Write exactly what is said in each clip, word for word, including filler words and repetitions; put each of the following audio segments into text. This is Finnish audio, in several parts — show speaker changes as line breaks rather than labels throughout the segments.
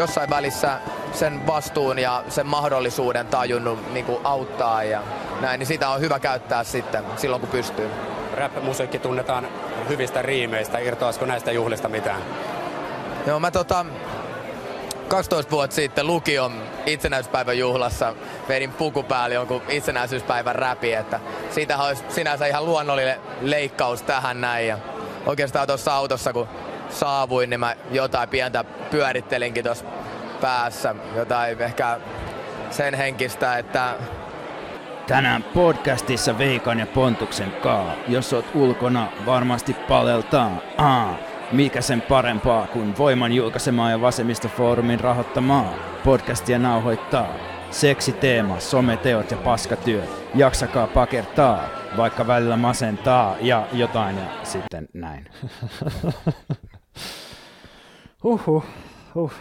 jossain välissä sen vastuun ja sen mahdollisuuden tajunnut niin kuin auttaa ja näin, niin sitä on hyvä käyttää sitten silloin, kun pystyy.
Rap-musiikki tunnetaan hyvistä riimeistä. Irtoaisiko näistä juhlista mitään?
Joo, mä tota, kaksitoista vuotta sitten lukion itsenäisyyspäivän juhlassa vedin puku päälle jonkun itsenäisyyspäivän räpi, että siitähän olisi sinänsä ihan luonnollinen leikkaus tähän näin. Ja oikeastaan tuossa autossa, kun saavuin, niin mä jotain pientä pyörittelinkin tuossa päässä. Jotain ehkä sen henkistä, että...
Tänään podcastissa Veikan ja Pontuksen kaa. Jos oot ulkona, varmasti paleltaa. Aa, mikä sen parempaa kuin Voiman julkaisemaa ja Vasemmistofoorumin rahoittamaa. Podcastia nauhoittaa. Seksiteema, someteot ja paskatyöt. Jaksakaa pakertaa, vaikka välillä masentaa ja jotain ja sitten näin.
Huhhuh. Huh.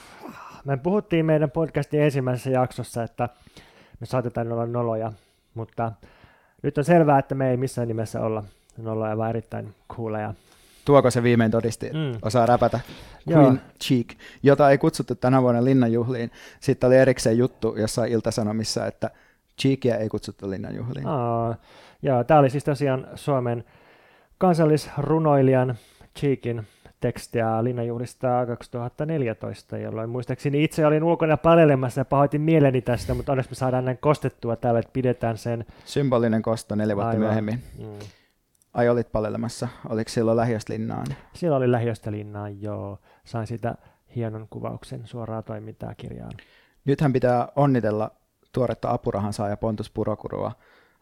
Me puhuttiin meidän podcastin ensimmäisessä jaksossa, että me saatetaan olla noloja, mutta nyt on selvää, että me ei missään nimessä olla noloja, vaan erittäin cooleja.
Tuoko se viimein todisti, että mm. osaa räpätä? Queen Cheek, jota ei kutsuttu tänä vuonna linnanjuhliin. Sitten oli erikseen juttu jossain Ilta-Sanomissa, että Cheekia ei kutsuttu linnanjuhliin.
Aa, joo, tämä oli siis tosiaan Suomen kansallisrunoilijan Cheekin tekstiä linnanjuhlista kaksituhattaneljätoista, jolloin muistaakseni itse olin ulkona palelemassa ja pahoitin mieleni tästä, mutta onneksi me saadaan näin kostettua täällä, että pidetään sen.
Symbolinen kosto neljä vuotta
Aivan.
myöhemmin. Mm. Ai olit palelemassa. Oliko silloin lähiöstä linnaan?
Siellä oli lähiöstä linnaan, joo. Sain sitä hienon kuvauksen suoraan toimintaa kirjaan.
Nythän pitää onnitella tuoretta apurahan saaja Pontus Purokurua.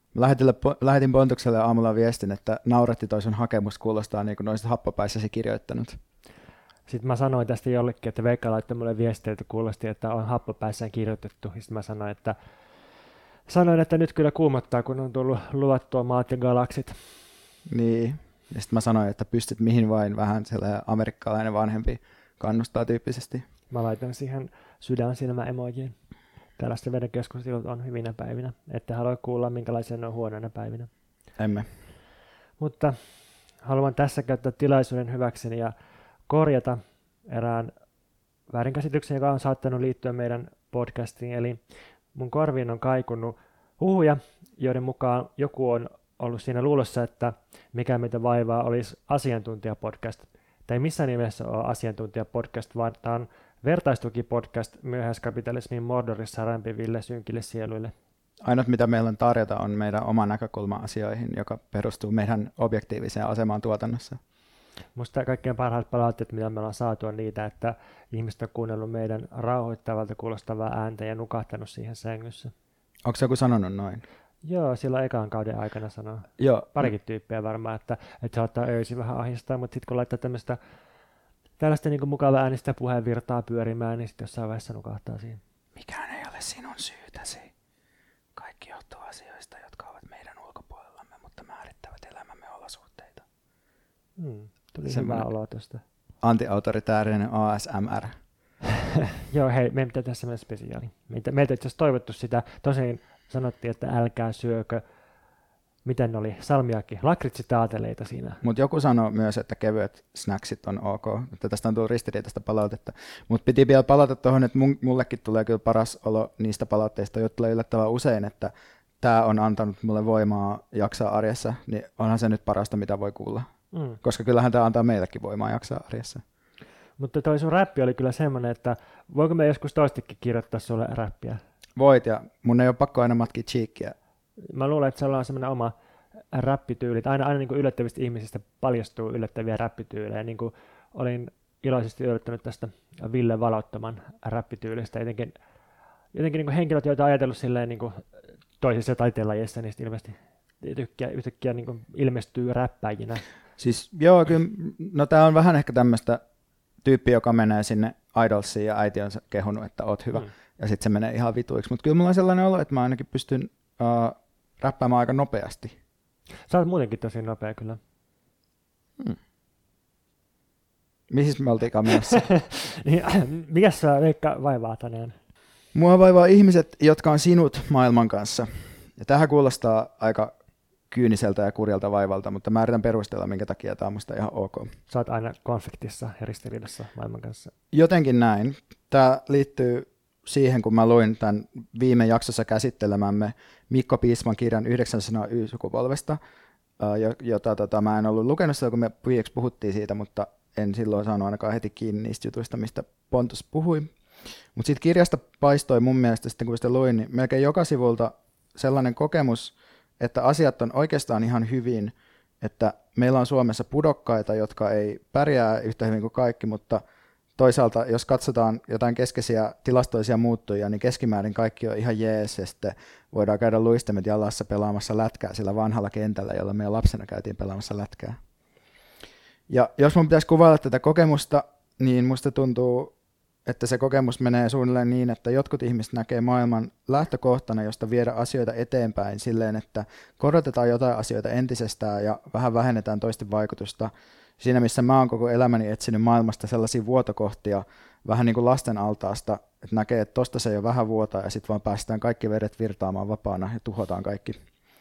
Lähetin Pontukselle aamulla viestin, että nauratti toi sun hakemus kuulostaa niin kuin noisit happopäissäsi kirjoittanut.
Sitten mä sanoin tästä jollekin, että Veikka laittoi mulle viestiä, että kuulosti, että on happopäissään kirjoitettu. Sitten mä sanoin, että, sanoin, että nyt kyllä kuumottaa, kun on tullut luvattua maat ja galaksit.
Niin, ja sitten mä sanoin, että pystyt mihin vain, vähän sellainen amerikkalainen vanhempi kannustaa tyyppisesti.
Mä laitan siihen sydän silmä emojiin. Tällaista meidän keskustelut on hyvinä päivinä. Ette halua kuulla, minkälaisia ne on huonoina päivinä.
Emme.
Mutta haluan tässä käyttää tilaisuuden hyväkseni ja korjata erään väärinkäsityksen, joka on saattanut liittyä meidän podcastiin. Eli mun korviin on kaikunut huhuja, joiden mukaan joku on ollut siinä luulossa, että mikä meitä vaivaa olisi asiantuntijapodcast. Tai ei missään nimessä ole asiantuntijapodcast, vaan tämä on vertaistukipodcast myöhäiskapitalismin Mordorissa rämpiville synkille sieluille.
Ainut mitä meillä on tarjota on meidän oma näkökulma asioihin, joka perustuu meidän objektiiviseen asemaan tuotannossa.
Musta kaikkein parhaat palautteet, mitä me ollaan saatu, on niitä, että ihmiset on kuunnellut meidän rauhoittavalta kuulostavaa ääntä ja nukahtanut siihen sängyssä.
Onko se joku sanonut noin?
Joo, silloin ekan kauden aikana sanoo.
Joo.
Parikin tyyppiä varmaan, että, että se ottaa öisin vähän ahdistaa, mutta sitten kun laittaa tämmöistä tällaista niin kuin mukavaa äänistä puheenvirtaa pyörimään, niin sitten jossain vaiheessa nukahtaa siihen.
Mikään ei ole sinun syytäsi. Kaikki johtuu asioista, jotka ovat meidän ulkopuolellamme, mutta määrittävät elämämme olosuhteita.
Hmm, tuli
Semmoinen
hyvä olo tuosta.
Anti-autoritäärinen A S M R.
Joo, hei, meidän pitää tässä myös spesiaali. Meiltä, meiltä itse asiassa toivottu sitä. Tosin sanottiin, että älkää syökö, miten oli, salmiakki, lakritsitaateleita siinä.
Mutta joku sanoi myös, että kevyet snacksit on ok. Että tästä on tullut ristiriitaista palautetta. Mutta piti vielä palata tuohon, että mullekin tulee kyllä paras olo niistä palautteista, joita tulee yllättävän usein, että tämä on antanut mulle voimaa jaksaa arjessa, niin onhan se nyt parasta, mitä voi kuulla. Mm. Koska kyllähän tämä antaa meillekin voimaa jaksaa arjessa.
Mutta toi sun räppi oli kyllä semmoinen, että voiko me joskus toistikin kirjoittaa sulle räppiä?
Voit, ja mun ei ole pakko aina matkia cheekkiä.
Mä luulen, että sulla on semmoinen oma räppityyli. Aina, aina niin kuin yllättävistä ihmisistä paljastuu yllättäviä räppityylejä. Niin kuin olin iloisesti yllättänyt tästä Ville Valottoman räppityylistä. Jotenkin, jotenkin niin kuin henkilöt, joita on ajatellut silleen niin kuin toisissa taiteenlajeissa, niin ilmeisesti yhtäkkiä, yhtäkkiä niin kuin ilmestyy räppäjinä.
Siis joo, kyllä, no tää on vähän ehkä tämmöistä tyyppi, joka menee sinne Idolsiin ja äiti on kehunut, että oot hyvä. Mm. Ja sitten se menee ihan vituiksi. Mutta kyllä mulla on sellainen olo, että mä ainakin pystyn uh, räppäämään aika nopeasti.
Sä oot muutenkin tosi nopea kyllä.
Hmm. Missä me oltiinkaan menossa?
Mikäs sä Veikka vaivaa tänään?
Mua vaivaa ihmiset, jotka on sinut maailman kanssa. Ja tähän kuulostaa aika kyyniseltä ja kurjalta vaivalta, mutta mä yritän perustella, minkä takia tämä on musta ihan ok.
Sä oot aina konfliktissa ja ristiriidassa maailman kanssa.
Jotenkin näin. tämä liittyy siihen, kun mä luin tämän viime jaksossa käsittelemämme Mikko Piisman kirjan yhdeksänsataa Y-sukupolvesta, jota tota, mä en ollut lukenut silloin, kun me viimeksi puhuttiin siitä, mutta en silloin saanut ainakaan heti kiinni niistä jutuista, mistä Pontus puhui. Mutta siitä kirjasta paistoi mun mielestä, sitten kun sitä luin, niin melkein joka sivulta sellainen kokemus, että asiat on oikeastaan ihan hyvin, että meillä on Suomessa pudokkaita, jotka ei pärjää yhtä hyvin kuin kaikki, mutta toisaalta, jos katsotaan jotain keskeisiä tilastoisia muuttujia, niin keskimäärin kaikki on ihan jees, ja sitten voidaan käydä luistimet jalassa pelaamassa lätkää sillä vanhalla kentällä, jolla meidän lapsena käytiin pelaamassa lätkää. Ja jos mun pitäisi kuvailla tätä kokemusta, niin musta tuntuu, että se kokemus menee suunnilleen niin, että jotkut ihmiset näkee maailman lähtökohtana, josta viedä asioita eteenpäin silleen, että korotetaan jotain asioita entisestään ja vähän vähennetään toisten vaikutusta. Siinä, missä mä oon koko elämäni etsinyt maailmasta sellaisia vuotokohtia, vähän niin kuin lasten altaasta, että näkee, että tosta se jo vähän vuotaa ja sitten vaan päästään kaikki vedet virtaamaan vapaana ja tuhotaan kaikki.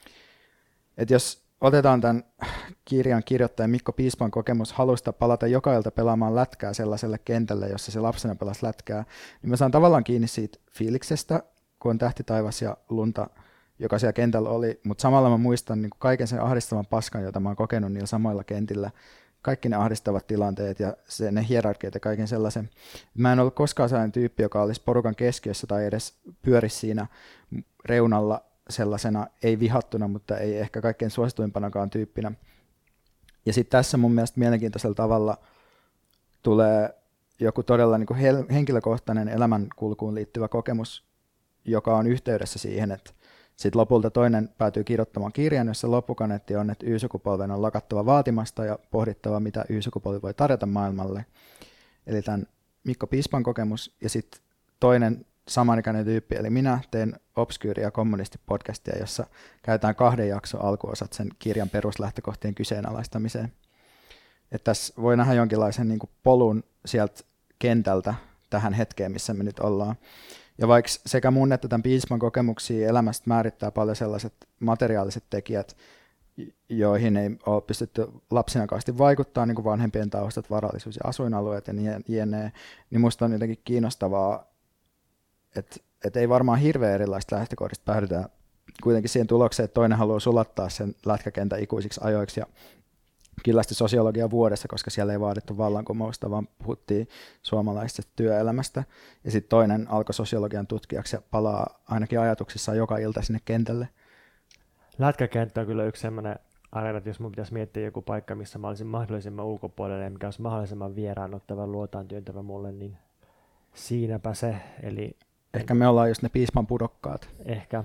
Et jos otetaan tämän kirjan kirjoittajan Mikko Piisman kokemus halusta palata joka ilta pelaamaan lätkää sellaiselle kentälle, jossa se lapsena pelasi lätkää, niin mä saan tavallaan kiinni siitä fiiliksestä, kun on tähti taivas ja lunta, joka siellä kentällä oli, mutta samalla mä muistan niin kuin kaiken sen ahdistavan paskan, jota mä oon kokenut niillä samoilla kentillä, kaikki ne ahdistavat tilanteet ja se, ne hierarkiat ja kaiken sellaisen. Mä en ollut koskaan sellainen tyyppi, joka olisi porukan keskiössä tai edes pyörisi siinä reunalla sellaisena, ei vihattuna, mutta ei ehkä kaikkein suosituimpanakaan tyyppinä. Ja sitten tässä mun mielestä mielenkiintoisella tavalla tulee joku todella niin kuin henkilökohtainen elämänkulkuun liittyvä kokemus, joka on yhteydessä siihen, että sitten lopulta toinen päätyy kirjoittamaan kirjan, jossa loppukaneetti on, että Y-sukupolven on lakattava vaatimasta ja pohdittava, mitä Y-sukupolvi voi tarjota maailmalle. Eli tämän Mikko Piispan kokemus ja sitten toinen samanikäinen tyyppi, eli minä teen Obskyri- ja kommunistipodcastia, jossa käytetään kahden jakson alkuosat sen kirjan peruslähtökohtien kyseenalaistamiseen. Että tässä voi nähdä jonkinlaisen niin kuin polun sieltä kentältä tähän hetkeen, missä me nyt ollaan. Ja vaikka sekä mun että tämän Piisman kokemuksia elämästä määrittää paljon sellaiset materiaaliset tekijät, joihin ei ole pystytty lapsina kauheasti vaikuttaa, niin kuin vanhempien taustat, varallisuus ja asuinalueet ja jne, niin musta on jotenkin kiinnostavaa, että et ei varmaan hirveän erilaista lähtökohdista päädytään kuitenkin siihen tulokseen, että toinen haluaa sulattaa sen lätkäkentän ikuisiksi ajoiksi ja kyllästi sosiologia vuodessa, koska siellä ei vaadittu vallankumousta, vaan puhuttiin suomalaisesta työelämästä. Ja sitten toinen alkoi sosiologian tutkijaksi ja palaa ainakin ajatuksissaan joka ilta sinne kentälle.
Lätkäkenttä on kyllä yksi sellainen areena, että jos mun pitäisi miettiä joku paikka, missä mä olisin mahdollisimman ulkopuolella ja mikä olisi mahdollisimman vieraanottava, luotaan työntävä mulle, niin siinäpä se. Eli
ehkä me ollaan just ne Piisman pudokkaat.
Ehkä.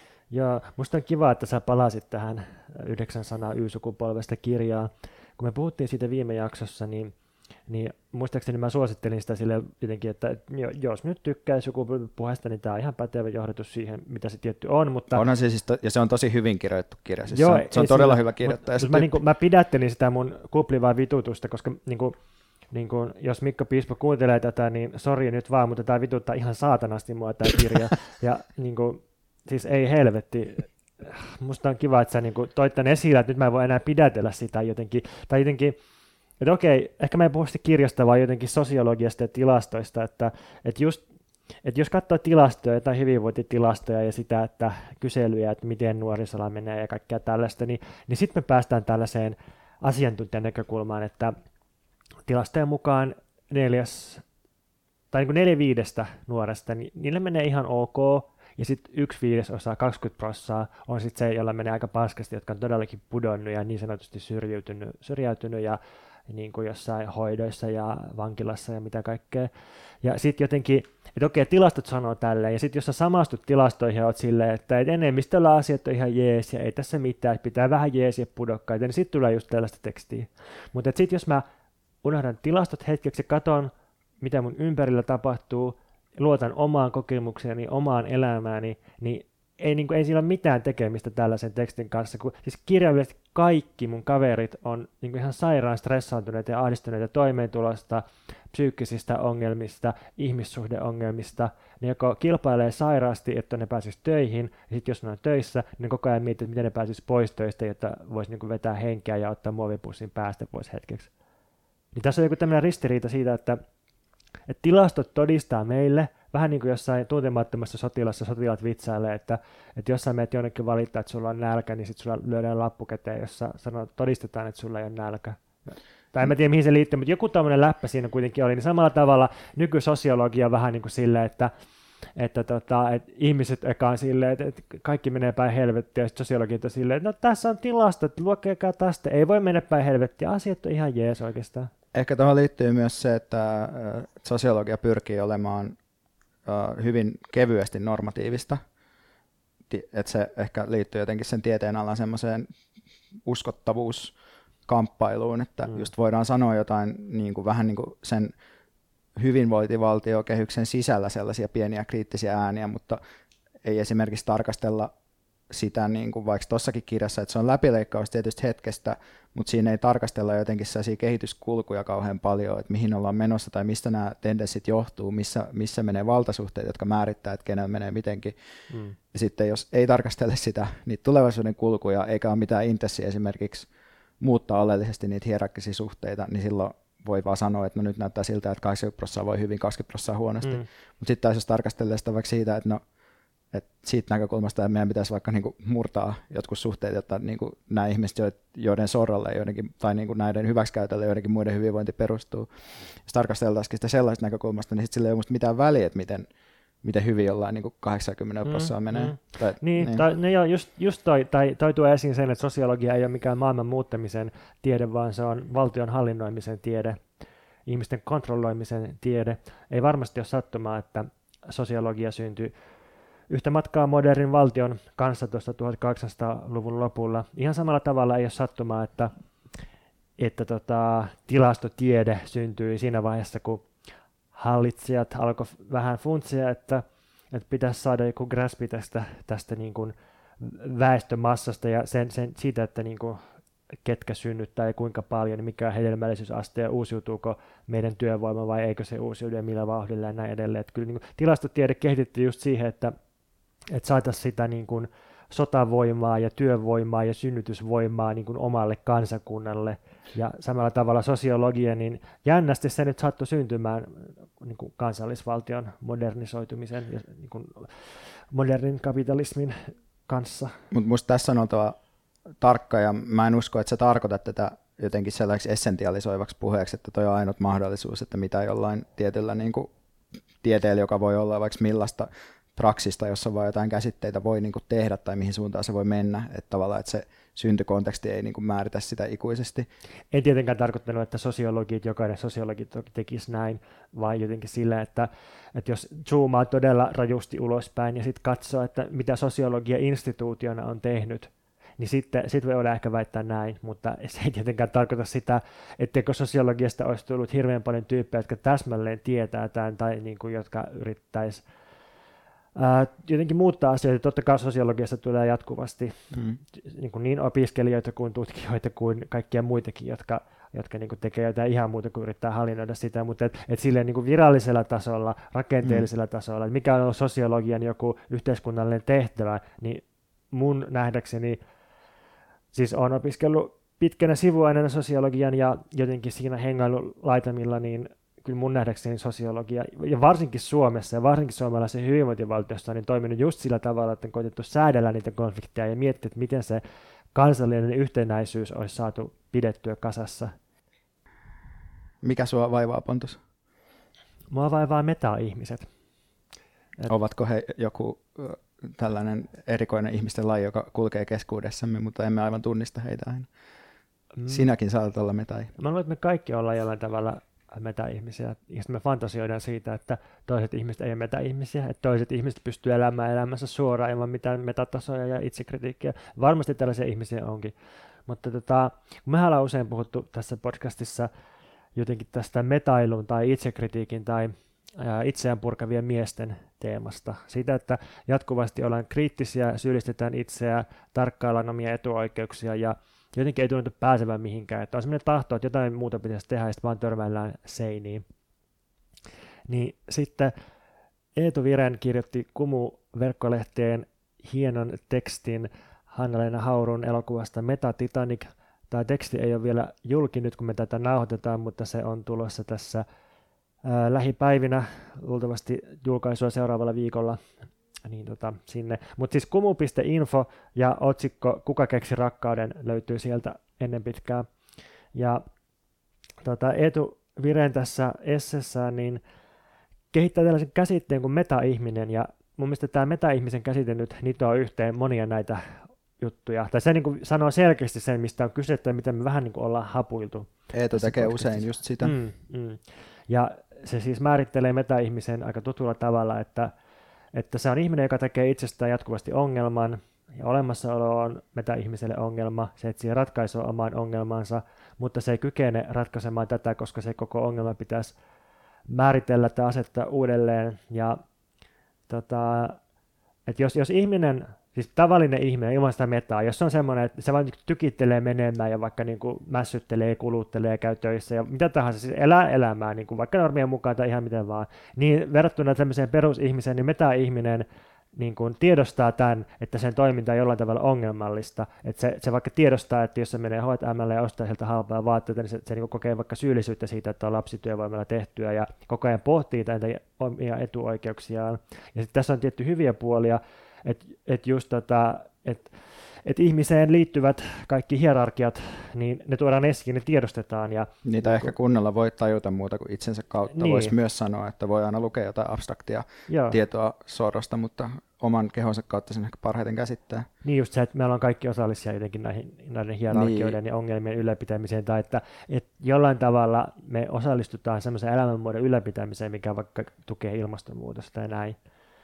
Ja musta on kiva, että sä palasit tähän yhdeksänsataa Y-sukupolvesta kirjaan. Kun me puhuttiin siitä viime jaksossa, niin, niin muistaakseni mä suosittelin sitä sille jotenkin, että jos nyt tykkää sukupuolipuheesta, niin tämä on ihan pätevä johdatus siihen, mitä se tietty on. Mutta
onhan se siis, to- ja se on tosi hyvin kirjoitettu kirja. Siis
joo,
se on, se on todella
sillä,
hyvä kirjoittaja.
Mutta, mä, niin kuin, mä pidättelin sitä mun kuplivaa vitutusta, koska niin kuin, niin kuin, jos Mikko Piispa kuuntelee tätä, niin sori nyt vaan, mutta tämä vituttaa ihan saatanasti mua tämä kirja. Ja niin kuin, siis ei helvetti. Musta on kiva, että sä niin kuin toit tän esille, että nyt mä en voi enää pidätellä sitä jotenkin. Tai jotenkin, että okei, ehkä mä en puhu sitä kirjasta, vaan jotenkin sosiologiasta ja tilastoista, että, että just että jos katsoo tilastoja tai hyvinvointitilastoja ja sitä, että kyselyjä, että miten nuorisolla menee ja kaikkea tällaista, niin, niin sitten me päästään tällaiseen asiantuntijan näkökulmaan, että tilastojen mukaan neljäs, tai niin kuin neljä viidestä nuoresta, niin niille menee ihan ok, ja sitten yksi viidesosa, kaksikymmentä prosenttia on sitten se, jolla menee aika paskasti, jotka on todellakin pudonnut ja niin sanotusti syrjäytynyt, syrjäytynyt ja niin kuin jossain hoidoissa ja vankilassa ja mitä kaikkea. Ja sitten jotenkin, että okei, tilastot sanoo tälleen, ja sitten jos sä samastut tilastoihin ja oot silleen, että et enemmistöllä asiat on ihan jees ja ei tässä mitään, että pitää vähän jeesiä pudokkaita, niin sitten tulee just tällaista tekstiä. Mutta sitten jos mä unohdan tilastot hetkeksi ja katon, mitä mun ympärillä tapahtuu, luotan omaan kokemukseeni, omaan elämääni, niin ei, niin kuin, ei sillä ole mitään tekemistä tällaisen tekstin kanssa, kun siis kirjaimellisesti kaikki mun kaverit on niin kuin ihan sairaan stressaantuneita ja ahdistuneita toimeentulosta, psyykkisistä ongelmista, ihmissuhdeongelmista. Ne joko kilpailee sairaasti, että ne pääsisi töihin, ja sitten jos ne on töissä, niin koko ajan miettii, että miten ne pääsisi pois töistä, jotta voisi niin kuin vetää henkeä ja ottaa muovipussin päästä pois hetkeksi. Niin tässä on joku tämmöinen ristiriita siitä, että Et tilastot todistaa meille, vähän niin kuin jossain tuntemattomassa sotilassa sotilaat vitsailee, että, että jos sä menet jonnekin valittaa, että sulla on nälkä, niin sitten sulla lyödään lappu käteen, jossa sanoo, todistetaan, että sulla ei ole nälkä. Tai en mä tiedä, mihin se liittyy, mutta joku tämmöinen läppä siinä kuitenkin oli. Niin samalla tavalla nykysosiologia vähän niin kuin silleen, että, että, tota, että ihmiset ekaan silleen, että, että kaikki menee päin helvettiä, ja sitten sosiologit on silleen, että no tässä on tilastot, lukekaa tästä, ei voi mennä päin helvettiä, asiat on ihan jees oikeastaan.
Ehkä tuohon liittyy myös se, että sosiologia pyrkii olemaan hyvin kevyesti normatiivista, että se ehkä liittyy jotenkin sen tieteen alan semmoiseen uskottavuuskamppailuun, että mm. just voidaan sanoa jotain niin kuin, vähän niin kuin sen hyvinvointivaltiokehyksen sisällä sellaisia pieniä kriittisiä ääniä, mutta ei esimerkiksi tarkastella sitä, niin kuin vaikka tuossakin kirjassa, että se on läpileikkaus tietystä hetkestä, mutta siinä ei tarkastella jotenkin sellaisia kehityskulkuja kauhean paljon, että mihin ollaan menossa tai mistä nämä tendenssit johtuu, missä, missä menee valtasuhteet, jotka määrittää, että kenellä menee mitenkin. Mm. Ja sitten jos ei tarkastele sitä, niitä tulevaisuuden kulkuja, eikä ole mitään intressiä esimerkiksi muuttaa oleellisesti niitä hierarkkisia suhteita, niin silloin voi vaan sanoa, että no nyt näyttää siltä, että kahdeksankymmentä prosenttia voi hyvin, kaksikymmentä prosenttia huonosti. Mm. Mutta sitten taas jos tarkastelee sitä vaikka siitä, että no Et siitä näkökulmasta että meidän pitäisi vaikka niinku murtaa jotkut suhteet, jotta niinku nämä ihmiset, joiden sorralle joidenkin, tai niinku näiden hyväksikäytölle joidenkin muiden hyvinvointi perustuu, jos tarkasteltaisiin sitä sellaista näkökulmasta, niin sitten sillä ei ole mitään väliä, että miten, miten hyvin jollain niinku kahdeksankymmentä prosenttia mm, menee.
Mm.
Tai,
niin, niin. Tai, no joo, just, just toi, tai, toi tuo esiin sen, että sosiologia ei ole mikään maailman muuttamisen tiede, vaan se on valtion hallinnoimisen tiede, ihmisten kontrolloimisen tiede. Ei varmasti ole sattumaa, että sosiologia syntyi yhtä matkaa modernin valtion kanssa tuosta tuhatkahdeksansataaluvun lopulla. Ihan samalla tavalla ei ole sattumaa, että, että tota, tilastotiede syntyi siinä vaiheessa, kun hallitsijat alkoi vähän funtsia, että, että pitäisi saada joku graspi tästä, tästä niin kuin väestömassasta ja sen, sen, siitä, että niin kuin ketkä synnyttää ja kuinka paljon, niin mikä on hedelmällisyysaste ja uusiutuuko meidän työvoima vai eikö se uusiudu ja millä vauhdilla ja näin edelleen. Että kyllä niin kuin tilastotiede kehitettiin just siihen, että että saataisiin sitä niin kuin sotavoimaa ja työvoimaa ja synnytysvoimaa niin kuin omalle kansakunnalle. Ja samalla tavalla sosiologia, niin jännästi se nyt saattoi syntymään niin kuin kansallisvaltion modernisoitumisen ja niin kuin modernin kapitalismin kanssa.
Mutta minusta tässä on oltava tarkka, ja mä en usko, että sä tarkoitat tätä jotenkin sellaiseksi essentialisoivaksi puheeksi, että toi on ainut mahdollisuus, että mitä jollain tietyllä niin kuin tieteellä, joka voi olla vaikka millaista praksista, jossa vaan jotain käsitteitä voi niin kuin tehdä tai mihin suuntaan se voi mennä, että tavallaan että se syntykonteksti ei niin kuin määritä sitä ikuisesti.
En tietenkään tarkoittanut, että sosiologit, jokainen sosiologi tekisi näin, vaan jotenkin sillä, että, että jos zoomaa todella rajusti ulospäin ja sitten katsoo, että mitä sosiologia instituutiona on tehnyt, niin sitten sit voi ehkä väittää näin, mutta se ei tietenkään tarkoita sitä, etteikö sosiologiasta olisi tullut hirveän paljon tyyppejä, jotka täsmälleen tietää tämän tai niin kuin, jotka yrittäisi Ää, jotenkin muuttaa asioita. Totta kai sosiologiasta tulee jatkuvasti mm. niin, kuin niin opiskelijoita kuin tutkijoita kuin kaikkia muitakin, jotka, jotka niin kuin tekee jotain ihan muuta kuin yrittää hallinnoida sitä, mutta et, et silleen niin kuin virallisella tasolla, rakenteellisella mm. tasolla, että mikä on ollut sosiologian joku yhteiskunnallinen tehtävä, niin mun nähdäkseni, siis olen opiskellut pitkänä sivuaineena sosiologian ja jotenkin siinä hengailu laitamilla, niin kyllä mun nähdäkseni sosiologia, ja varsinkin Suomessa ja varsinkin suomalaisen hyvinvointivaltiossa, niin toiminut just sillä tavalla, että on koetettu säädellä niitä konflikteja ja miettiä, että miten se kansallinen yhtenäisyys olisi saatu pidettyä kasassa.
Mikä sua vaivaa, Pontus?
Mua vaivaa meta-ihmiset.
Et... Ovatko he joku tällainen erikoinen ihmisten laji, joka kulkee keskuudessamme, mutta emme aivan tunnista heitä aina? Mm. Sinäkin saatat olla meta-ihminen.
Mä luulen, että me kaikki ollaan jollain tavalla meta-ihmisiä, ja me fantasioidaan siitä, että toiset ihmiset ei ole meta-ihmisiä, että toiset ihmiset pystyy elämään elämänsä suoraan ilman mitään metatasoja ja itsekritiikkiä. Varmasti tällaisia ihmisiä onkin, mutta tota, kun mehän ollaan usein puhuttu tässä podcastissa jotenkin tästä metailun tai itsekritiikin tai ää, itseään purkavien miesten teemasta. Siitä, että jatkuvasti ollaan kriittisiä, syyllistetään itseä, tarkkaillaan omia etuoikeuksia ja jotenkin ei tunnetu pääsevän mihinkään, että on sellainen tahto, että jotain muuta pitäisi tehdä ja sitten vaan törmäillään seiniin. Niin sitten Eetu Viren kirjoitti Kumu-verkkolehteen hienon tekstin Hanna-Leena Haurun elokuvasta Meta Titanic. Tämä teksti ei ole vielä julki nyt, kun me tätä nauhoitetaan, mutta se on tulossa tässä ää, lähipäivinä, luultavasti julkaisua seuraavalla viikolla, niin tota, sinne. Mutta siis kumu piste info ja otsikko Kuka keksi rakkauden löytyy sieltä ennen pitkää. Ja tota, Eetu Viren tässä essessään niin kehittää tällaisen käsitteen kuin meta-ihminen, ja mun mielestä tämä meta-ihmisen käsite nyt nitoo yhteen monia näitä juttuja. Tai se niin kuin sanoo selkeästi sen, mistä on kyse, tai miten me vähän niin kuin ollaan hapuiltu.
Eetu tekee usein just sitä.
Mm, mm. Ja se siis määrittelee meta-ihmisen aika tutulla tavalla, että, että se on ihminen, joka tekee itsestään jatkuvasti ongelman, ja olemassaolo on meta-ihmiselle ongelma, se etsii ratkaisua omaan ongelmansa, mutta se ei kykene ratkaisemaan tätä, koska se koko ongelma pitäisi määritellä tai asettaa uudelleen. Ja tota, että jos, jos ihminen, siis tavallinen ihminen ilman sitä metaa, jos se on semmoinen, että se vain tykittelee menemään ja vaikka niin kuin mässyttelee, kuluttelee, käy töissä ja mitä tahansa, siis elää elämää, niin kuin vaikka normien mukaan tai ihan miten vaan, niin verrattuna tämmöiseen perusihmiseen, niin meta-ihminen niin kuin tiedostaa tämän, että sen toiminta on jollain tavalla ongelmallista, että se, se vaikka tiedostaa, että jos se menee H and M:lle ja ostaa sieltä halpaa vaatteita, niin se, se niin kuin kokee vaikka syyllisyyttä siitä, että on lapsityövoimalla tehtyä ja koko ajan pohtii näitä omia etuoikeuksiaan. Ja sitten tässä on tietty hyviä puolia, että et just tota, että et ihmiseen liittyvät kaikki hierarkiat, niin ne tuodaan esiin, ne tiedostetaan. Ja
niitä ehkä kunnolla voi tajuta muuta kuin itsensä kautta.
Niin.
Voisi myös sanoa, että voi aina lukea jotain abstraktia Joo. tietoa Sorosta, mutta oman kehonsa kautta sen ehkä parhaiten käsittää.
Niin just se, että meillä on kaikki osallisia jotenkin näihin, näiden hierarkioiden niin. ja ongelmien ylläpitämiseen, tai että, että jollain tavalla me osallistutaan semmoisen elämänmuodon ylläpitämiseen, mikä vaikka tukee ilmastonmuutosta ja näin.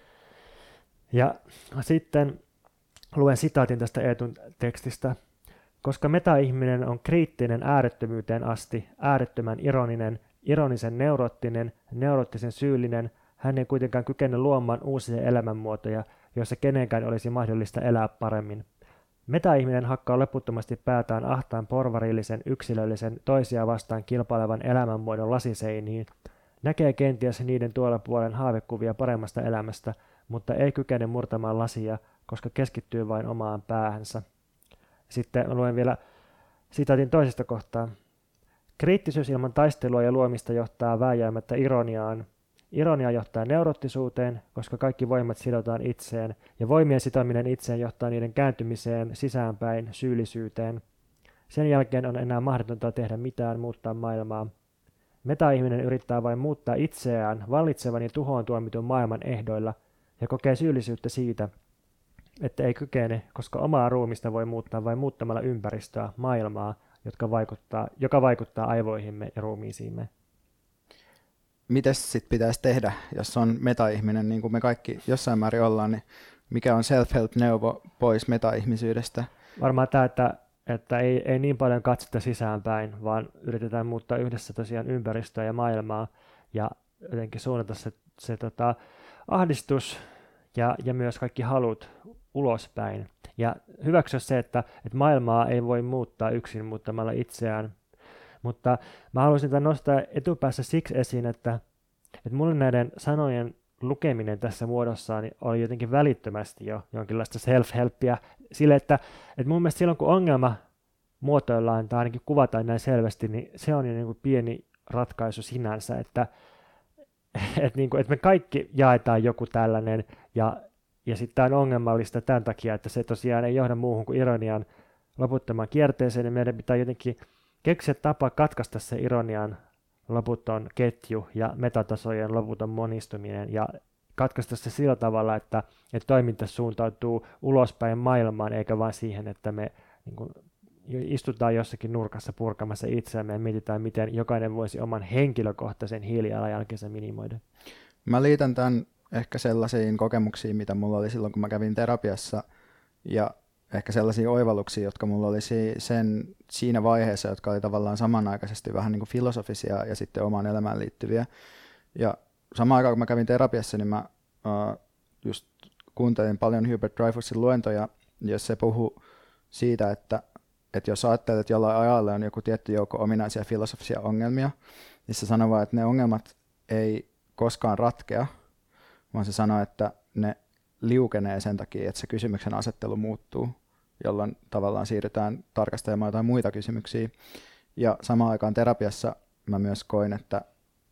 Ja sitten luen sitaatin tästä Eetun tekstistä. Koska meta-ihminen on kriittinen äärettömyyteen asti, äärettömän ironinen, ironisen neuroottinen, neuroottisen syyllinen, hän ei kuitenkaan kykene luomaan uusia elämänmuotoja, joissa kenenkään olisi mahdollista elää paremmin. Meta-ihminen hakkaa loputtomasti päätään ahtaan porvarillisen, yksilöllisen, toisia vastaan kilpailevan elämänmuodon lasiseiniin, näkee kenties niiden tuolla puolen haavekuvia paremmasta elämästä, mutta ei kykene murtamaan lasia, koska keskittyy vain omaan päähänsä. Sitten luen vielä sitaatin toisesta kohtaa. Kriittisyys ilman taistelua ja luomista johtaa vääjäämättä ironiaan. Ironia johtaa neuroottisuuteen, koska kaikki voimat sidotaan itseen, ja voimien sitominen itseen johtaa niiden kääntymiseen sisäänpäin syyllisyyteen. Sen jälkeen on enää mahdotonta tehdä mitään muuttaa maailmaa. Meta-ihminen yrittää vain muuttaa itseään vallitsevan ja tuhoon tuomitun maailman ehdoilla, ja kokee syyllisyyttä siitä, että ei kykene, koska omaa ruumista voi muuttaa vain muuttamalla ympäristöä, maailmaa, jotka vaikuttaa, joka vaikuttaa aivoihimme ja ruumiisiimme.
Mites sitten pitäisi tehdä, jos on meta-ihminen, niin kuin me kaikki jossain määrin ollaan, niin mikä on self-help-neuvo pois meta-ihmisyydestä?
Varmaan tämä, että, että ei, ei niin paljon katsota sisäänpäin, vaan yritetään muuttaa yhdessä tosiaan ympäristöä ja maailmaa ja jotenkin suunnata se, se tota, ahdistus ja, ja myös kaikki halut ulospäin. Ja hyväksyä se, että, että maailmaa ei voi muuttaa yksin muuttamalla itseään. Mutta mä haluaisin tämän nostaa etupäässä siksi esiin, että, että mulle näiden sanojen lukeminen tässä muodossaan oli jotenkin välittömästi jo jonkinlaista self-helppiä sille, että, että mun mielestä silloin kun ongelma muotoillaan tai ainakin kuvataan näin selvästi, niin se on jo niin kuin pieni ratkaisu sinänsä, että, että, niin kuin, että me kaikki jaetaan joku tällainen ja, ja sitten tämä on ongelmallista tämän takia, että se tosiaan ei johda muuhun kuin ironian loputtomaan kierteeseen, niin meidän pitää jotenkin keksiä tapa katkaista se ironian loputon ketju ja metatasojen loputon monistuminen ja katkaista se sillä tavalla, että, että toiminta suuntautuu ulospäin maailmaan eikä vain siihen, että me niin kuin, istutaan jossakin nurkassa purkamassa itseämme ja mietitään, miten jokainen voisi oman henkilökohtaisen hiilijalanjälkensä minimoida.
Mä liitän tämän ehkä sellaisiin kokemuksiin, mitä mulla oli silloin, kun mä kävin terapiassa ja ehkä sellaisia oivalluksia, jotka mulla oli sen, siinä vaiheessa, jotka oli tavallaan samanaikaisesti vähän niin kuin filosofisia ja sitten omaan elämään liittyviä. Ja samaan aikaan, kun mä kävin terapiassa, niin mä uh, just kuuntelin paljon Hubert Dreyfusin luentoja, jos se puhuu siitä, että, että jos ajattelet, että jollain ajalle on joku tietty joukko ominaisia filosofisia ongelmia, niin se sanoo vaan, että ne ongelmat ei koskaan ratkea, vaan se sanoo, että ne liukenee sen takia, että se kysymyksen asettelu muuttuu, jolloin tavallaan siirrytään tarkastelemaan jotain muita kysymyksiä. Ja samaan aikaan terapiassa mä myös koin, että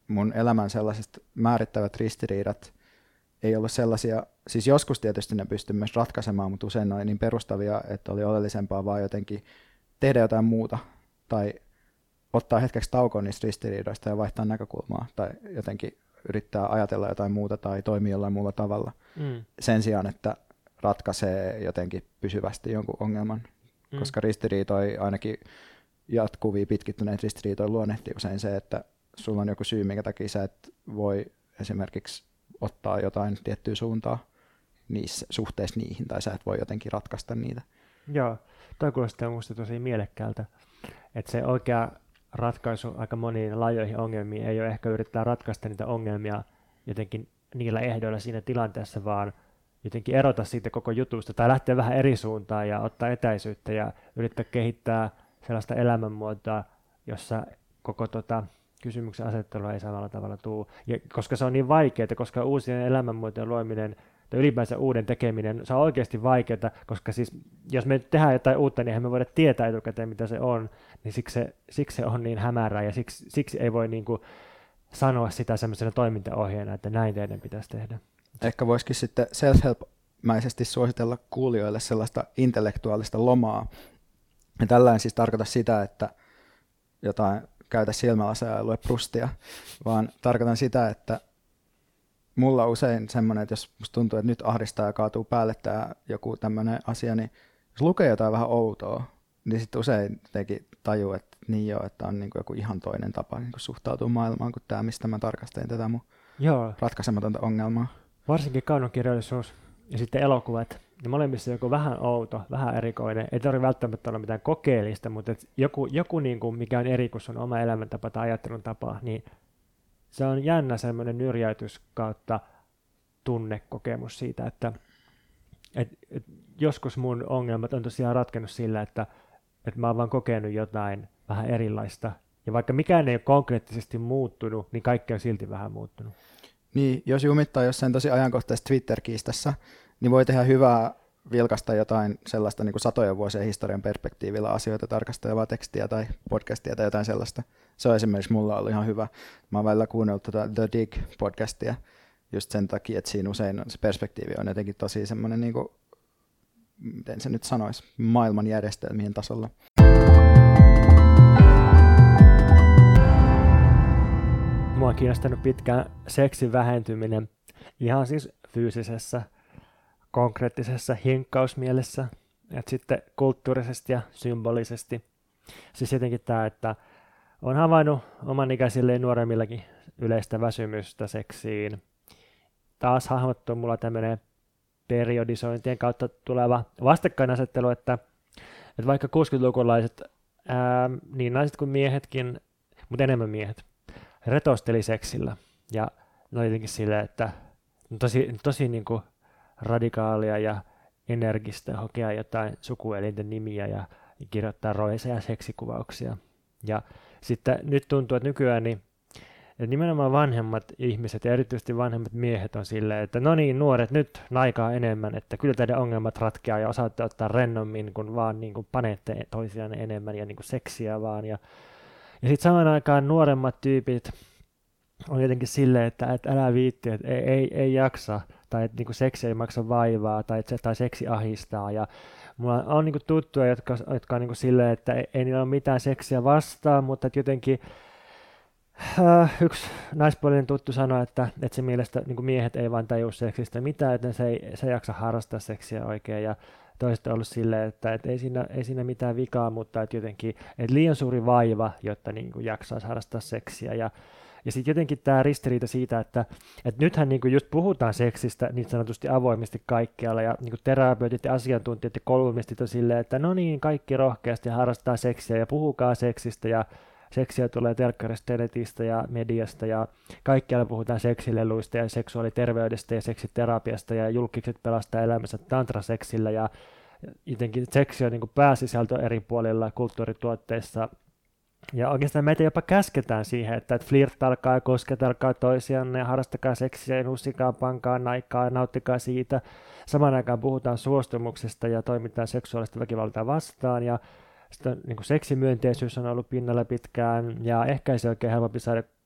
mun elämän sellaiset määrittävät ristiriidat ei ollut sellaisia, siis joskus tietysti ne pystyi myös ratkaisemaan, mutta usein ne oli niin perustavia, että oli oleellisempaa vaan jotenkin tehdä jotain muuta tai ottaa hetkeksi taukoa niistä ristiriidoista ja vaihtaa näkökulmaa tai jotenkin yrittää ajatella jotain muuta tai toimia jollain muulla tavalla mm. sen sijaan, että ratkaisee jotenkin pysyvästi jonkun ongelman, mm. koska ristiriitoi ainakin jatkuvia pitkittyneitä ristiriitoja luonnehtii usein se, että sulla on joku syy, minkä takia sä et voi esimerkiksi ottaa jotain tiettyä suuntaa niissä suhteessa niihin, tai sä et voi jotenkin ratkaista niitä.
Joo, toi kuulostaa minusta tosi mielekkäältä, että se oikea ratkaisu aika moniin laajoihin ongelmiin ei ole ehkä yrittää ratkaista niitä ongelmia jotenkin niillä ehdoilla siinä tilanteessa, vaan jotenkin erota siitä koko jutusta tai lähteä vähän eri suuntaan ja ottaa etäisyyttä ja yrittää kehittää sellaista elämänmuotoa, jossa koko tota, kysymyksen asettelua ei samalla tavalla tule. Ja koska se on niin vaikeaa, koska uusien elämänmuotojen luominen tai ylipäänsä uuden tekeminen, se on oikeasti vaikeaa, koska siis jos me tehdään jotain uutta, niin eihän me voida tietää etukäteen, mitä se on, niin siksi se, siksi se on niin hämärää ja siksi, siksi ei voi niin kuin sanoa sitä semmoisena toimintaohjeena, että näin teidän pitäisi tehdä.
Ehkä voisikin sitten self-help-mäisesti suositella kuulijoille sellaista intellektuaalista lomaa. Ja tällainen siis tarkoita sitä, että jotain käytä silmälaseja ja lue Proustia, vaan tarkoitan sitä, että mulla on usein semmoinen, että jos musta tuntuu, että nyt ahdistaa ja kaatuu päälle tämä joku tämmöinen asia, niin jos lukee jotain vähän outoa, niin sitten usein teki tajuu, että niin joo, että on niin kuin joku ihan toinen tapa niin kuin suhtautua maailmaan kuin tämä, mistä mä tarkastelin tätä mun joo. ratkaisematonta ongelmaa.
Varsinkin kaunokirjallisuus ja sitten elokuvat, niin molemmissa joku vähän outo, vähän erikoinen. Ei tarvitse välttämättä olla mitään kokeellista, mutta joku, joku niin kuin, mikä on eri kuin sun oma elämäntapa tai ajattelun tapa, niin se on jännä semmoinen nyrjäytys kautta tunnekokemus siitä, että et, et joskus mun ongelmat on tosiaan ratkennut sillä, että et mä oon vaan kokenut jotain vähän erilaista. Ja vaikka mikään ei ole konkreettisesti muuttunut, niin kaikki on silti vähän muuttunut.
Niin, jos jumittaa jossain tosi ajankohtaisessa Twitter-kiistassa, niin voi tehdä hyvää vilkaista jotain sellaista niin kuin satojen vuosien historian perspektiivillä asioita tarkastelevaa tekstiä tai podcastia tai jotain sellaista. Se on esimerkiksi mulla ollut ihan hyvä. Mä oon välillä kuunnellut tuota The Dig-podcastia just sen takia, että siinä usein se perspektiivi on jotenkin tosi semmoinen, niin kuin, miten se nyt sanoisi, maailman järjestelmien tasolla.
Mua on kiinnostanut pitkään seksin vähentyminen ihan siis fyysisessä, konkreettisessa hinkkausmielessä, että sitten kulttuurisesti ja symbolisesti. Siis jotenkin tämä, että on havainnut oman ikäisilleen nuoremmillakin yleistä väsymystä seksiin. Taas hahmottuu mulla tämmöinen periodisointien kautta tuleva vastakkainasettelu, että, että vaikka kuusikymmentäluvulaiset, ää, niin naiset kuin miehetkin, mutta enemmän miehet, retosteli seksillä. Ja no jotenkin silleen, että tosi, tosi niin kuin radikaalia ja energistä hokea jotain sukuelinten nimiä ja kirjoittaa roiseja seksikuvauksia. Ja sitten nyt tuntuu, että nykyään niin, että nimenomaan vanhemmat ihmiset ja erityisesti vanhemmat miehet on silleen, että no niin, nuoret, nyt naikaa enemmän, että kyllä teidän ongelmat ratkeaa ja osaatte ottaa rennommin, kun vaan niin kuin panette toisiaan enemmän ja niin kuin seksiä vaan. Ja, ja sitten samaan aikaan nuoremmat tyypit on jotenkin silleen, että, että älä viitti, että ei, ei, ei jaksa, tai että niin kuin seksi ei maksa vaivaa, tai, että, tai seksi ahistaa. Ja mulla on niin kuin tuttuja, jotka, jotka on niin kuin silleen, että ei, ei niillä ole mitään seksiä vastaan, mutta että jotenkin äh, yksi naispuolinen tuttu sanoi, että, että se mielestä niin kuin miehet ei vaan tajua seksistä mitään, että se ei, se ei jaksa harrastaa seksiä oikein. Ja toiset on ollut silleen, että, että ei, siinä, ei siinä mitään vikaa, mutta että jotenkin että liian suuri vaiva, jotta niin kuin jaksaisi harrastaa seksiä. Ja Ja sitten jotenkin tämä ristiriita siitä, että, että nythän niinku just puhutaan seksistä niin sanotusti avoimesti kaikkialla, ja niinku terapeutit ja asiantuntijat ja kolumnistit on silleen, että no niin, kaikki rohkeasti harrastaa seksiä ja puhukaa seksistä, ja seksiä tulee telkkarista, netistä ja mediasta, ja kaikkialla puhutaan seksileluista ja seksuaaliterveydestä ja seksiterapiasta, ja julkikset pelastaa elämänsä tantraseksillä, ja jotenkin seksi on niinku pääsisältö eri puolilla kulttuurituotteissa. Ja oikeastaan meitä jopa käsketään siihen, että flirttailkaa ja kosketelkaa toisianne ja harrastakaa seksiä ja nussikaa, pankaa naikaa ja nauttikaa siitä. Samaan aikaan puhutaan suostumuksesta ja toimitaan seksuaalista väkivaltaa vastaan. Ja sitten niin kuin seksimyönteisyys on ollut pinnalla pitkään ja ehkä ei se oikein helpompi saada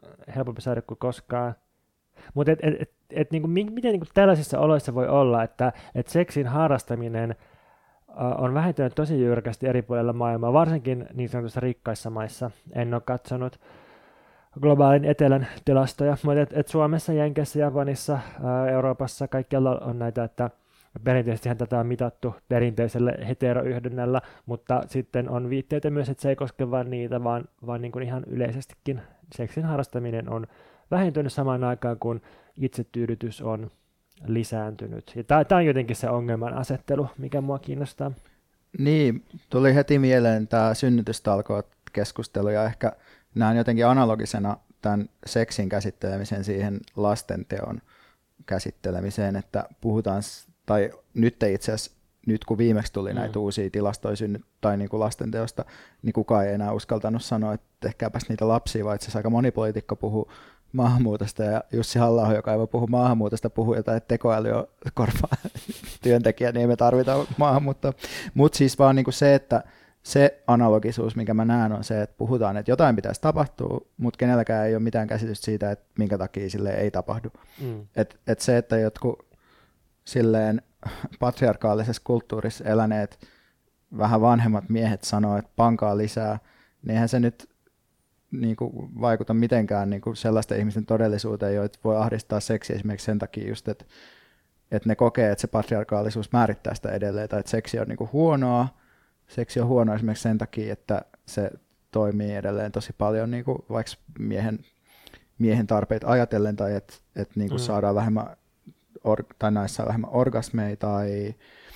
helpompi saada kuin koskaan. Mutta et, et, et, et, niinku, miten niinku tällaisissa oloissa voi olla, että et seksin harrastaminen uh, on vähentynyt tosi jyrkästi eri puolilla maailmaa, varsinkin niin sanotussa rikkaissa maissa. En ole katsonut globaalin etelän tilastoja, mutta et, et Suomessa, Jenkeissä, Japanissa, uh, Euroopassa kaikkialla on näitä, että perinteisesti tätä on mitattu perinteisellä heteroyhdynnällä, mutta sitten on viitteitä myös, että se ei koske vain niitä, vaan, vaan niin kuin ihan yleisestikin seksin harrastaminen on vähentynyt samaan aikaan, kun itsetyydytys on lisääntynyt. Ja tämä on jotenkin se ongelman asettelu, mikä mua kiinnostaa.
Niin, tuli heti mieleen tämä synnytystalkoot keskustelu, ja ehkä näen jotenkin analogisena tämän seksin käsittelemisen siihen lastenteon käsittelemiseen, että puhutaan, tai nyt itse asiassa, nyt kun viimeksi tuli mm. näitä uusia tilastoja synnyt, tai niin kuin lastenteosta, niin kukaan ei enää uskaltanut sanoa, että tehkääpäs niitä lapsia, vaan itse asiassa aika moni poliitikko puhuu maahanmuutosta, ja Jussi Halla-aho, joka ei voi puhua maahanmuutosta, puhuu jotain, että tekoäly on korvaa työntekijä, niin me tarvitaan maahanmuuttoa. Mutta siis vaan niin kuin se, että se analogisuus, mikä mä näen, on se, että puhutaan, että jotain pitäisi tapahtua, mutta kenelläkään ei ole mitään käsitystä siitä, että minkä takia sille ei tapahdu. Mm. Että et se, että jotkut silleen patriarkaalisessa kulttuurissa eläneet vähän vanhemmat miehet sanoo, että pankaa lisää, niin eihän se nyt niin kuin vaikuta mitenkään niin kuin sellaisten ihmisten todellisuuteen, joita voi ahdistaa seksi esimerkiksi sen takia just, että, että ne kokee, että se patriarkaalisuus määrittää sitä edelleen, tai että seksi on niin kuin huonoa. Seksi on huono esimerkiksi sen takia, että se toimii edelleen tosi paljon niin kuin vaikka miehen, miehen tarpeita ajatellen, tai että, että niin kuin mm. saadaan vähemmän, or, tai naissa on vähemmän orgasmeja tai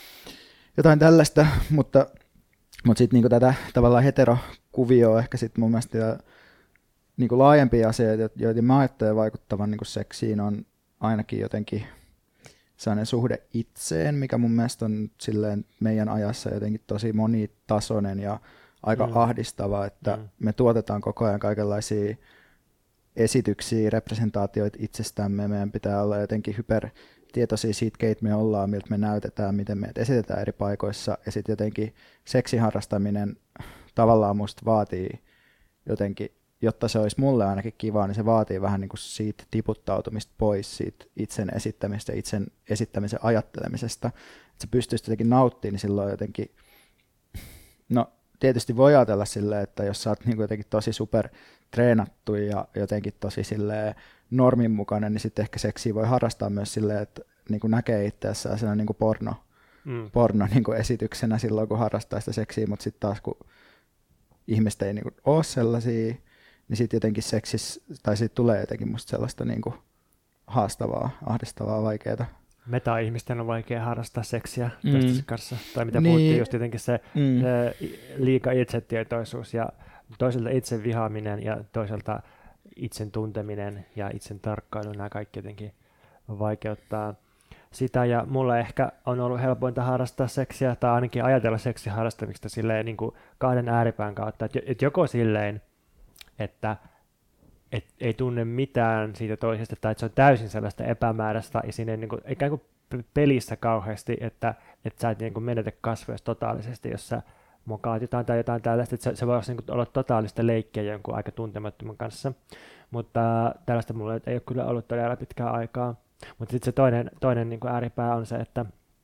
jotain tällaista, mutta, mutta sitten niin kuin tätä tavallaan heterokuvioa ehkä sitten mun mielestä niin kuin laajempia asioita, joita mä ajattelen vaikuttavan niin kuin seksiin, on ainakin jotenkin sellainen suhde itseen, mikä mun mielestä on silleen meidän ajassa jotenkin tosi monitasoinen ja aika mm. ahdistava, että mm. me tuotetaan koko ajan kaikenlaisia esityksiä, representaatioita itsestämme, meidän pitää olla jotenkin hypertietoisia siitä, keitä me ollaan, miltä me näytetään, miten me esitetään eri paikoissa, ja sitten jotenkin seksin harrastaminen tavallaan musta vaatii jotenkin, jotta se olisi mulle ainakin kivaa, niin se vaatii vähän niin kuin siitä tiputtautumista pois, siitä itsen esittämistä, itsen esittämisen ajattelemisesta. Että se pystyisi jotenkin nauttimaan, niin silloin jotenkin, no tietysti voi ajatella silleen, että jos sä oot niin kuin jotenkin tosi super treenattu ja jotenkin tosi silleen normin mukainen, niin sitten ehkä seksiä voi harrastaa myös silleen, että niin kuin näkee itseässä sellainen niin kuin porno, mm. porno niin kuin esityksenä silloin, kun harrastaa sitä seksiä, mutta sitten taas kun ihmiset ei niin kuin ole sellaisia, niin sitten jotenkin seksis, tai siitä tulee jotenkin musta sellaista niinku haastavaa, ahdistavaa, vaikeaa.
Meta-ihmisten on vaikea harrastaa seksiä mm. toistensa kanssa. Tai mitä niin. puhuttiin, just jotenkin se, mm. se liika itsetietoisuus ja toisaalta itse vihaaminen ja toisaalta itsen tunteminen ja itsen tarkkailu, nämä kaikki jotenkin vaikeuttaa sitä. Ja mulla ehkä on ollut helpointa harrastaa seksiä, tai ainakin ajatella seksin harrastamista silleen niin kuin kahden ääripään kautta. Että et joko silleen, että et ei tunne mitään siitä toisesta, tai että se on täysin sellaista epämääräistä, ja siinä ei niin kuin, ikään kuin pelissä kauheasti, että, että sä et niin kuin menetä kasvoja totaalisesti, jos sä mokaat jotain tai jotain tällaista, että se, se voi niin kuin olla totaalista leikkiä jonkun aika tuntemattoman kanssa, mutta tällaista mulla ei ole kyllä ollut todella pitkää aikaa. Mutta sitten se toinen, toinen niin kuin ääripää on se, että,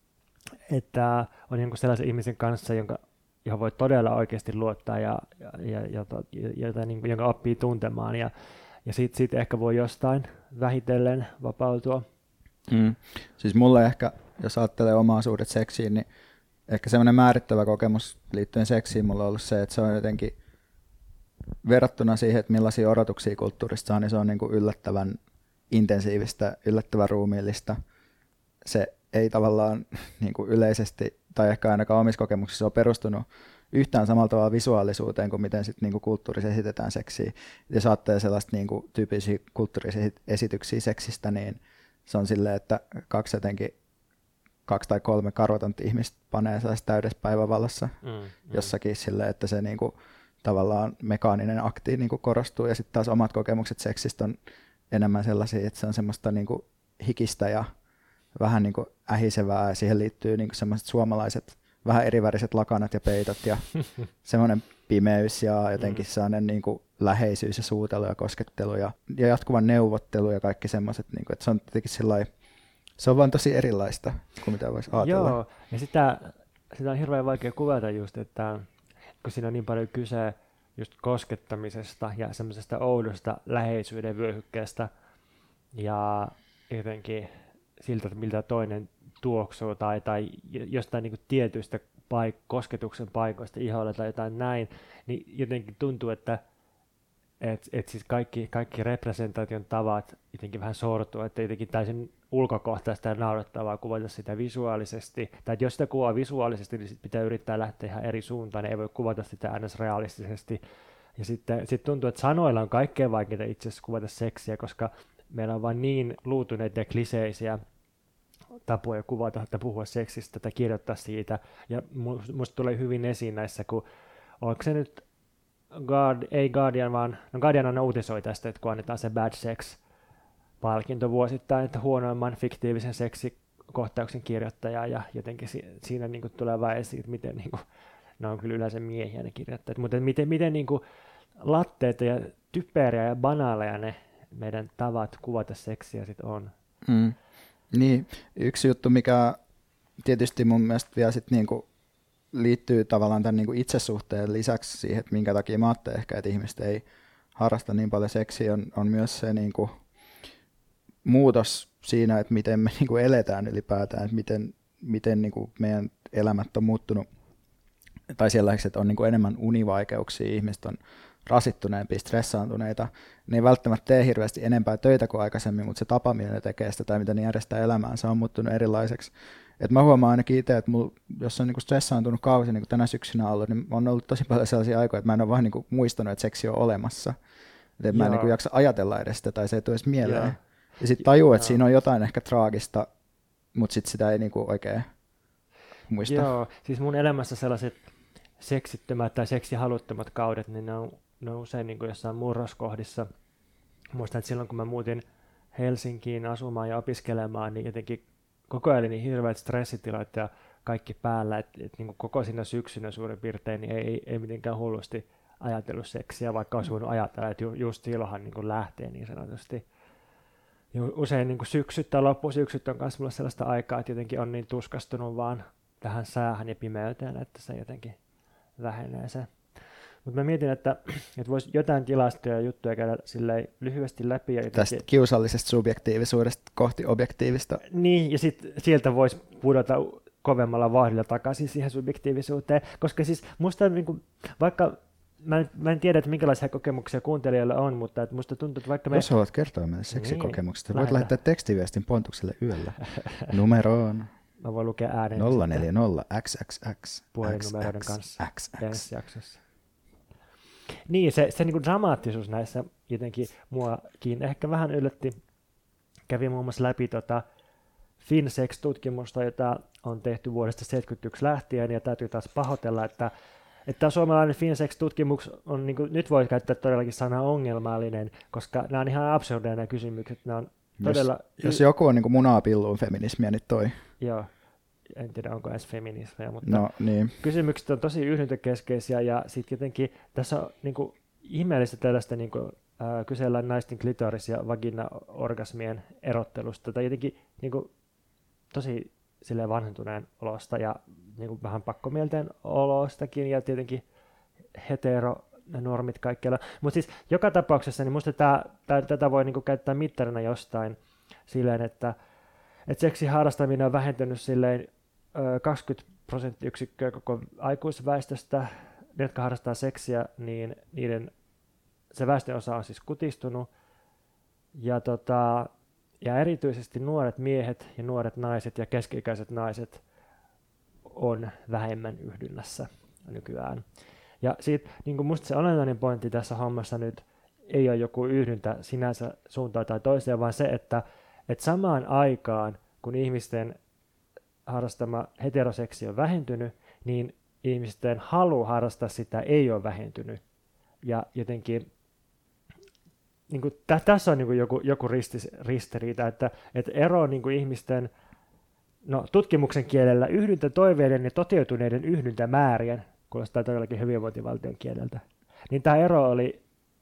että on jonkun sellaisen ihmisen kanssa, jonka johon voi todella oikeasti luottaa ja, ja, ja jota, jota, niin kuin, jonka oppii tuntemaan ja, ja siitä, siitä ehkä voi jostain vähitellen vapautua.
Mm. Siis mulle ehkä, jos ajattelee omaa suhdet seksiin, niin ehkä semmoinen määrittävä kokemus liittyen seksiin mulla on ollut se, että se on jotenkin verrattuna siihen, että millaisia odotuksia kulttuurista saa, niin se on niin kuin yllättävän intensiivistä, yllättävän ruumiillista. Se ei tavallaan niin kuin yleisesti, tai ehkä ainakaan omissa kokemuksissa on perustunut yhtään samalla tavalla visuaalisuuteen kuin miten sit niinku kulttuurissa esitetään seksiä. Jos ajattelee sellaista niinku tyypillisiä kulttuurisia esityksiä seksistä, niin se on silleen, että kaksi jotenkin kaksi tai kolme karvatonta ihmistä panee sellaisessa täydessä päivävalossa mm, mm. jossakin silleen, että se niinku tavallaan mekaaninen akti niinku korostuu, ja sitten taas omat kokemukset seksistä on enemmän sellaisia, että se on semmoista niinku hikistä ja vähän niin kuin ähisevää, ja siihen liittyy niin kuin semmoiset suomalaiset vähän eriväriset lakanat ja peitot ja semmoinen pimeys ja jotenkin sellainen niin kuin läheisyys ja suutelu ja koskettelu ja, ja jatkuva neuvottelu ja kaikki semmoiset, niin kuin, että se on tietenkin sellainen, se on vaan tosi erilaista kuin mitä voisi ajatella.
Joo, ja sitä, sitä on hirveän vaikea kuvata just, että kun siinä on niin paljon kyse just koskettamisesta ja semmoisesta oudosta läheisyyden vyöhykkeestä ja jotenkin siltä, miltä toinen tuoksuu tai, tai jostain niin kuin tietyistä paik- kosketuksen paikoista iholle tai jotain näin, niin jotenkin tuntuu, että et, et siis kaikki, kaikki representaation tavat jotenkin vähän sortuu, että jotenkin täysin ulkokohtaista ja naurettavaa kuvata sitä visuaalisesti, tai että jos sitä kuvaa visuaalisesti, niin sit pitää yrittää lähteä ihan eri suuntaan, niin ei voi kuvata sitä ns. Realistisesti. Ja sitten sit tuntuu, että sanoilla on kaikkein vaikeinta itse asiassa kuvata seksiä, koska meillä on vain niin luutuneita ja kliseisiä tapoja kuvata, että puhua seksistä tai kirjoittaa siitä. Ja musta tulee hyvin esiin näissä, kun onko se nyt Guard, ei Guardian, vaan no Guardian aina uutisoi tästä, että kun annetaan se Bad Sex-palkinto vuosittain, että huonoimman fiktiivisen seksikohtauksen kirjoittaja, ja jotenkin si- siinä niin kuin tulee vaan esiin, että miten niin kuin, ne on kyllä yleensä miehiä ne kirjoittajat, mutta miten, miten niin kuin latteita ja typeriä ja banaaleja ne meidän tavat kuvata seksiä sit on.
Mm. Niin, yksi juttu, mikä tietysti mun mielestä vielä sit niinku liittyy tavallaan tämän niinku itsesuhteen lisäksi siihen, että minkä takia mä ajattelen ehkä, että ihmiset ei harrasta niin paljon seksiä, on, on myös se niinku muutos siinä, että miten me niinku eletään ylipäätään, että miten, miten niinku meidän elämät on muuttunut, tai sellaiseksi, että on niinku enemmän univaikeuksia, ihmiset on rasittuneempia, stressaantuneita, ne ei välttämättä tee hirveästi enempää töitä kuin aikaisemmin, mutta se tapa, millä ne tekee sitä tai miten ne järjestää elämäänsä, on muuttunut erilaiseksi. Et mä huomaan ainakin itse, että mulla, jos on niinku stressaantunut kausi niin kuin tänä syksynä ollut, niin on ollut tosi paljon sellaisia aikoja, että mä en ole vaan niinku muistanut, että seksi on olemassa. Et mä en niinku jaksa ajatella edes sitä tai se ei tule edes mieleen. Joo. Ja sitten tajuu, että siinä on jotain ehkä traagista, mutta sitten sitä ei niinku oikein muista.
Joo, siis mun elämässä sellaiset seksittömät tai seksihaluttomat kaudet, niin ne on, ne on usein niin kuin jossain murroskohdissa. Muistan, että silloin kun mä muutin Helsinkiin asumaan ja opiskelemaan, niin jotenkin koko ajan oli niin hirveät stressitilat ja kaikki päällä, että et, niin koko siinä syksynä suurin piirtein niin ei, ei, ei mitenkään hullusti ajatellut seksiä, vaikka olisi voinut ajatella, että ju, just silloinhan niin lähtee niin sanotusti. Usein niin syksyt tai loppusyksyt on myös mulle sellaista aikaa, että jotenkin on niin tuskastunut vaan tähän säähän ja pimeyteen, että se jotenkin vähenee se. Mutta mä mietin, että, että voisi jotain tilastoja ja juttuja käydä silleen lyhyesti läpi. Ja jotenkin...
Tästä kiusallisesta subjektiivisuudesta kohti objektiivista.
Niin, ja sit sieltä voisi pudota kovemmalla vauhdilla takaisin siihen subjektiivisuuteen, koska siis musta niin kuin, vaikka mä en, mä en tiedä, että minkälaisia kokemuksia kuuntelijoilla on, mutta että musta tuntuu, että vaikka me...
Jos haluat kertoa meille seksikokemuksesta, niin, voit lähettää tekstiviestin Pontukselle yöllä. Numeroon
mä voin lukea ääneen
nolla neljä nolla x x x
puhelinnumeroiden kanssa ensi jaksossa. Niin, se, se niin kuin dramaattisuus näissä jotenkin muakin ehkä vähän yllätti. Kävin muun muassa läpi tota FinSex-tutkimusta, jota on tehty vuodesta seitsemänkymmentäyksi lähtien, ja täytyy taas pahoitella, että että tämä suomalainen FinSex-tutkimus on, niin kuin, nyt voi käyttää todellakin sanaa ongelmallinen, koska nämä on ihan absurdeja nämä kysymykset. Nämä on todella...
Jos, jos joku on niin kuin munaa pilluun feminismiä, niin toi.
Joo, en tiedä onko edes feminismiä, mutta
no, niin.
Kysymykset on tosi yhdyntäkeskeisiä, ja sitten jotenkin tässä on niin kuin, ihmeellistä tällaista niin kuin, äh, kysellään naisten klitoris- ja vagina-orgasmien erottelusta, tai jotenkin niin kuin, tosi silleen vanhentuneen olosta ja niin kuin vähän pakkomielteen olostakin ja tietenkin heteronormit kaikkialla. Mutta siis joka tapauksessa niin musta tää, tää, tätä voi niin kuin käyttää mittarina jostain silleen, että et seksin harrastaminen on vähentynyt silleen ö, kaksikymmentä prosenttiyksikköä koko aikuisväestöstä. Ne, jotka harrastaa seksiä, niin niiden se väestönosa on siis kutistunut. Ja tota, Ja erityisesti nuoret miehet ja nuoret naiset ja keski-ikäiset naiset on vähemmän yhdynnässä nykyään. Ja siitä, niin kuin musta se olennainen pointti tässä hommassa nyt ei ole joku yhdyntä sinänsä suuntaan tai toiseen, vaan se, että, että samaan aikaan, kun ihmisten harrastama heteroseksi on vähentynyt, niin ihmisten halu harrastaa sitä ei ole vähentynyt. Ja jotenkin niin kuin, tä, tässä on niin kuin joku, joku ristis, ristiriita, että, että ero niin kuin ihmisten no, tutkimuksen kielellä yhdyntätoiveiden ja toteutuneiden yhdyntämäärien, kuulostaa todellakin hyvinvointivaltion kieleltä, niin tämä ero oli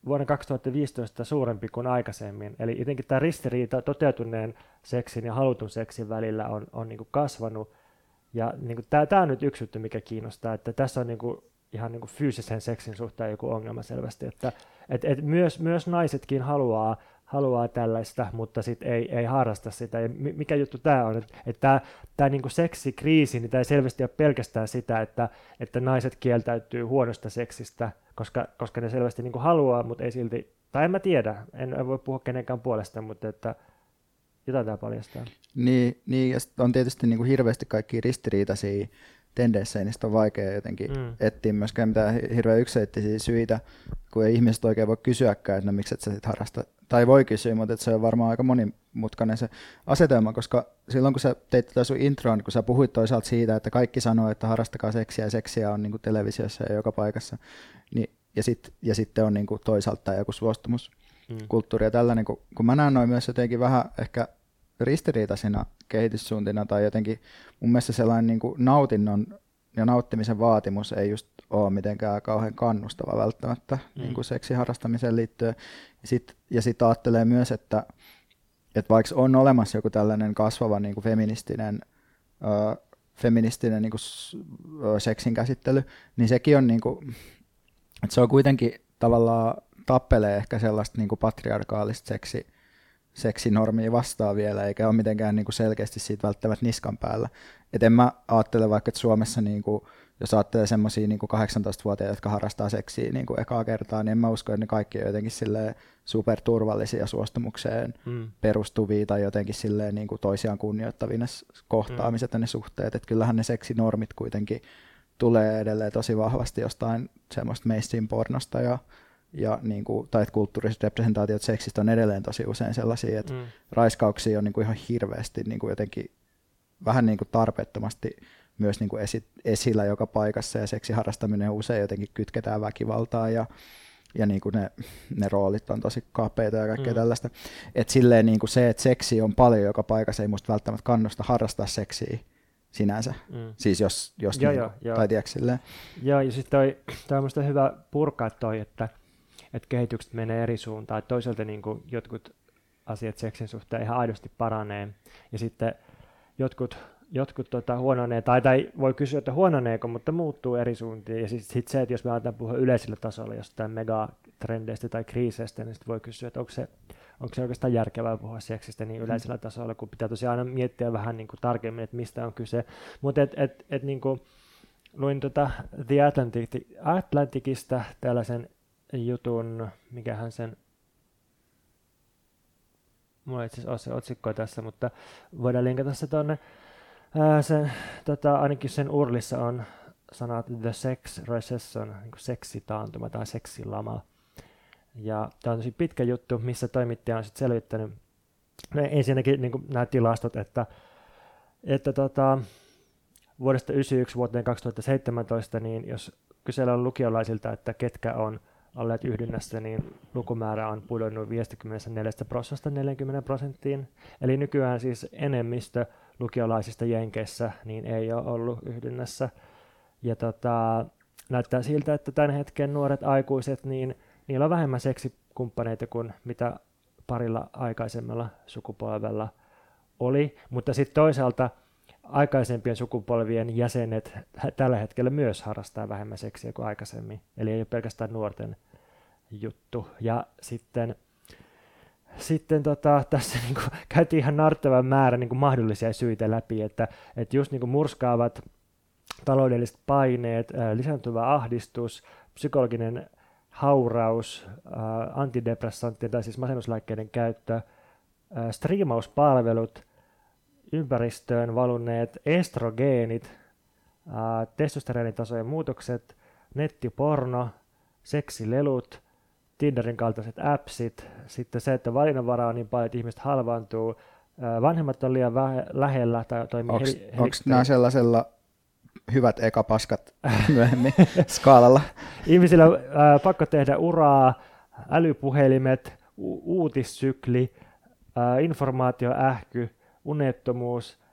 vuonna kaksituhattaviisitoista suurempi kuin aikaisemmin. Eli jotenkin tämä ristiriita toteutuneen seksin ja halutun seksin välillä on, on niin kuin kasvanut. Ja niin kuin tämä, tämä on nyt yksi juttu, mikä kiinnostaa, että tässä on niin kuin ihan niin kuin fyysisen seksin suhteen joku ongelma selvästi, että et, et myös, myös naisetkin haluaa, haluaa tällaista, mutta sit ei, ei harrasta sitä. Ja mikä juttu tämä on, että et tämä, tämä niin kuin seksikriisi, niin tämä ei selvästi ole pelkästään sitä, että, että naiset kieltäytyy huonosta seksistä, koska, koska ne selvästi niin kuin haluaa, mutta ei silti, tai en mä tiedä, en, en voi puhua kenenkään puolesta, mutta että jotain tämä paljastaa.
Niin, niin ja on tietysti niin kuin hirveästi kaikkia ristiriitaisia tendenssejä, niistä on vaikea jotenkin mm. etsiä myöskään mitään hirveän yksiselittisiä syitä, kun ei ihmiset oikein voi kysyäkään, että no miksi et sä sit harrasta, tai voi kysyä, mutta se on varmaan aika monimutkainen se asetelma, koska silloin kun sä teit tätä sun introon, kun sä puhuit toisaalta siitä, että kaikki sanoo, että harrastakaa seksiä ja seksiä on niin kuin televisiossa ja joka paikassa, niin, ja, sit, ja sitten on niin kuin toisaalta joku suostumuskulttuuri mm. ja tällainen, kun, kun mä näen noin myös jotenkin vähän ehkä ristiriitaisina kehityssuuntina tai jotenkin mun mielestä sellainen niin kuin nautinnon ja nauttimisen vaatimus ei just ole mitenkään kauhean kannustava välttämättä mm. niin kuin seksiharrastamiseen liittyen. Ja sitten ja sit ajattelee myös, että, että vaikka on olemassa joku tällainen kasvava niin kuin feministinen, äh, feministinen niin kuin seksin käsittely, niin sekin on, niin kuin, että se on kuitenkin tavallaan tappelee ehkä sellaista niin kuin patriarkaalista seksiä, seksinormia vastaan vielä, eikä ole mitenkään niin kuin selkeästi siitä välttämättä niskan päällä. Et en mä ajattele vaikka, että Suomessa, niin kuin, jos ajattelee semmoisia niin kuin kahdeksantoistavuotiaita, jotka harrastaa seksiä niin kuin ekaa kertaa, niin en mä usko, että ne kaikki on jotenkin superturvallisia suostumukseen mm. perustuvia tai jotenkin silleen, niin kuin toisiaan kunnioittavia ne kohtaamiset mm. ja ne suhteet. Et kyllähän ne seksinormit kuitenkin tulee edelleen tosi vahvasti jostain semmoista mainstream-pornosta ja Ja niin kuin, tai että kulttuuriset representaatiot seksistä on edelleen tosi usein sellaisia, että mm. raiskauksia on niin kuin ihan hirveästi niin kuin jotenkin vähän niin kuin tarpeettomasti myös niin kuin esi- esillä joka paikassa, ja seksiharrastaminen usein jotenkin kytketään väkivaltaan, ja, ja niin kuin ne, ne roolit on tosi kapeita ja kaikkea mm. tällaista. Että silleen niin kuin se, että seksi on paljon joka paikassa, ei musta välttämättä kannusta harrastaa seksiä sinänsä. Mm. Siis jos, jos
joo,
niin,
joo, joo.
tai tiedätkö silleen.
Joo, ja sitten toi, toi on musta hyvä purkaa toi, että että kehitykset menee eri suuntaan. Et toisaalta niin kuin jotkut asiat seksin suhteen ihan aidosti paranee, ja sitten jotkut, jotkut tota, huononee, tai, tai voi kysyä, että huononeeko, mutta muuttuu eri suuntiin. Ja sitten sit se, että jos me aletaan puhua yleisellä tasolla jostain megatrendeistä tai kriiseistä, niin sitten voi kysyä, että onko se, onko se oikeastaan järkevää puhua seksistä niin yleisellä tasolla, kun pitää tosiaan aina miettiä vähän niin kuin tarkemmin, että mistä on kyse. Mutta et, et, et, niin kuin luin tota The Atlantic, Atlanticista tällaisen jutun, mikähän sen, mulla ei itse asiassa ole se otsikko tässä, mutta voidaan linkata se tuonne. Se, tota, ainakin sen urlissa on sanat The Sex Recession, niin kuin seksitaantuma tai seksilama. Ja tämä on tosi pitkä juttu, missä toimittaja on sitten selvittänyt ensinnäkin niin kuin nämä tilastot, että, että tota, vuodesta yhdeksänkymmentäyksi vuoteen kaksituhattaseitsemäntoista, niin jos kysellään lukiolaisilta, että ketkä on olleet yhdynnässä, niin lukumäärä on pudonnut viisikymmentäneljä prosentista neljäänkymmeneen prosenttiin. Eli nykyään siis enemmistö lukiolaisista Jenkeissä niin ei ole ollut yhdynnässä. Ja tota, näyttää siltä, että tämän hetken nuoret aikuiset, niin niillä on vähemmän seksikumppaneita kuin mitä parilla aikaisemmalla sukupolvella oli. Mutta sitten toisaalta aikaisempien sukupolvien jäsenet tällä hetkellä myös harrastaa vähemmän seksiä kuin aikaisemmin. Eli ei ole pelkästään nuorten juttu. Ja sitten, sitten tota, tässä niin kuin, käytiin ihan narttava määrä niin kuin mahdollisia syitä läpi, että, että just niin kuin murskaavat taloudelliset paineet, ää, lisääntyvä ahdistus, psykologinen hauraus, ää, antidepressanttien tai siis masennuslääkkeiden käyttö, ää, striimauspalvelut, ympäristöön valuneet estrogeenit, ää, testosteronitasojen muutokset, nettiporno, seksilelut, Tinderin kaltaiset appsit, sitten se, että valinnanvaraa on niin paljon, että ihmiset halvaantuu, ää, vanhemmat on liian vähe, lähellä tai toimii
Onko
heli-
nämä sellaisella hyvät ekapaskat myöhemmin skaalalla?
Ihmisillä on ää, pakko tehdä uraa, älypuhelimet, u- uutissykli, ää, informaatioähky, unettomuus,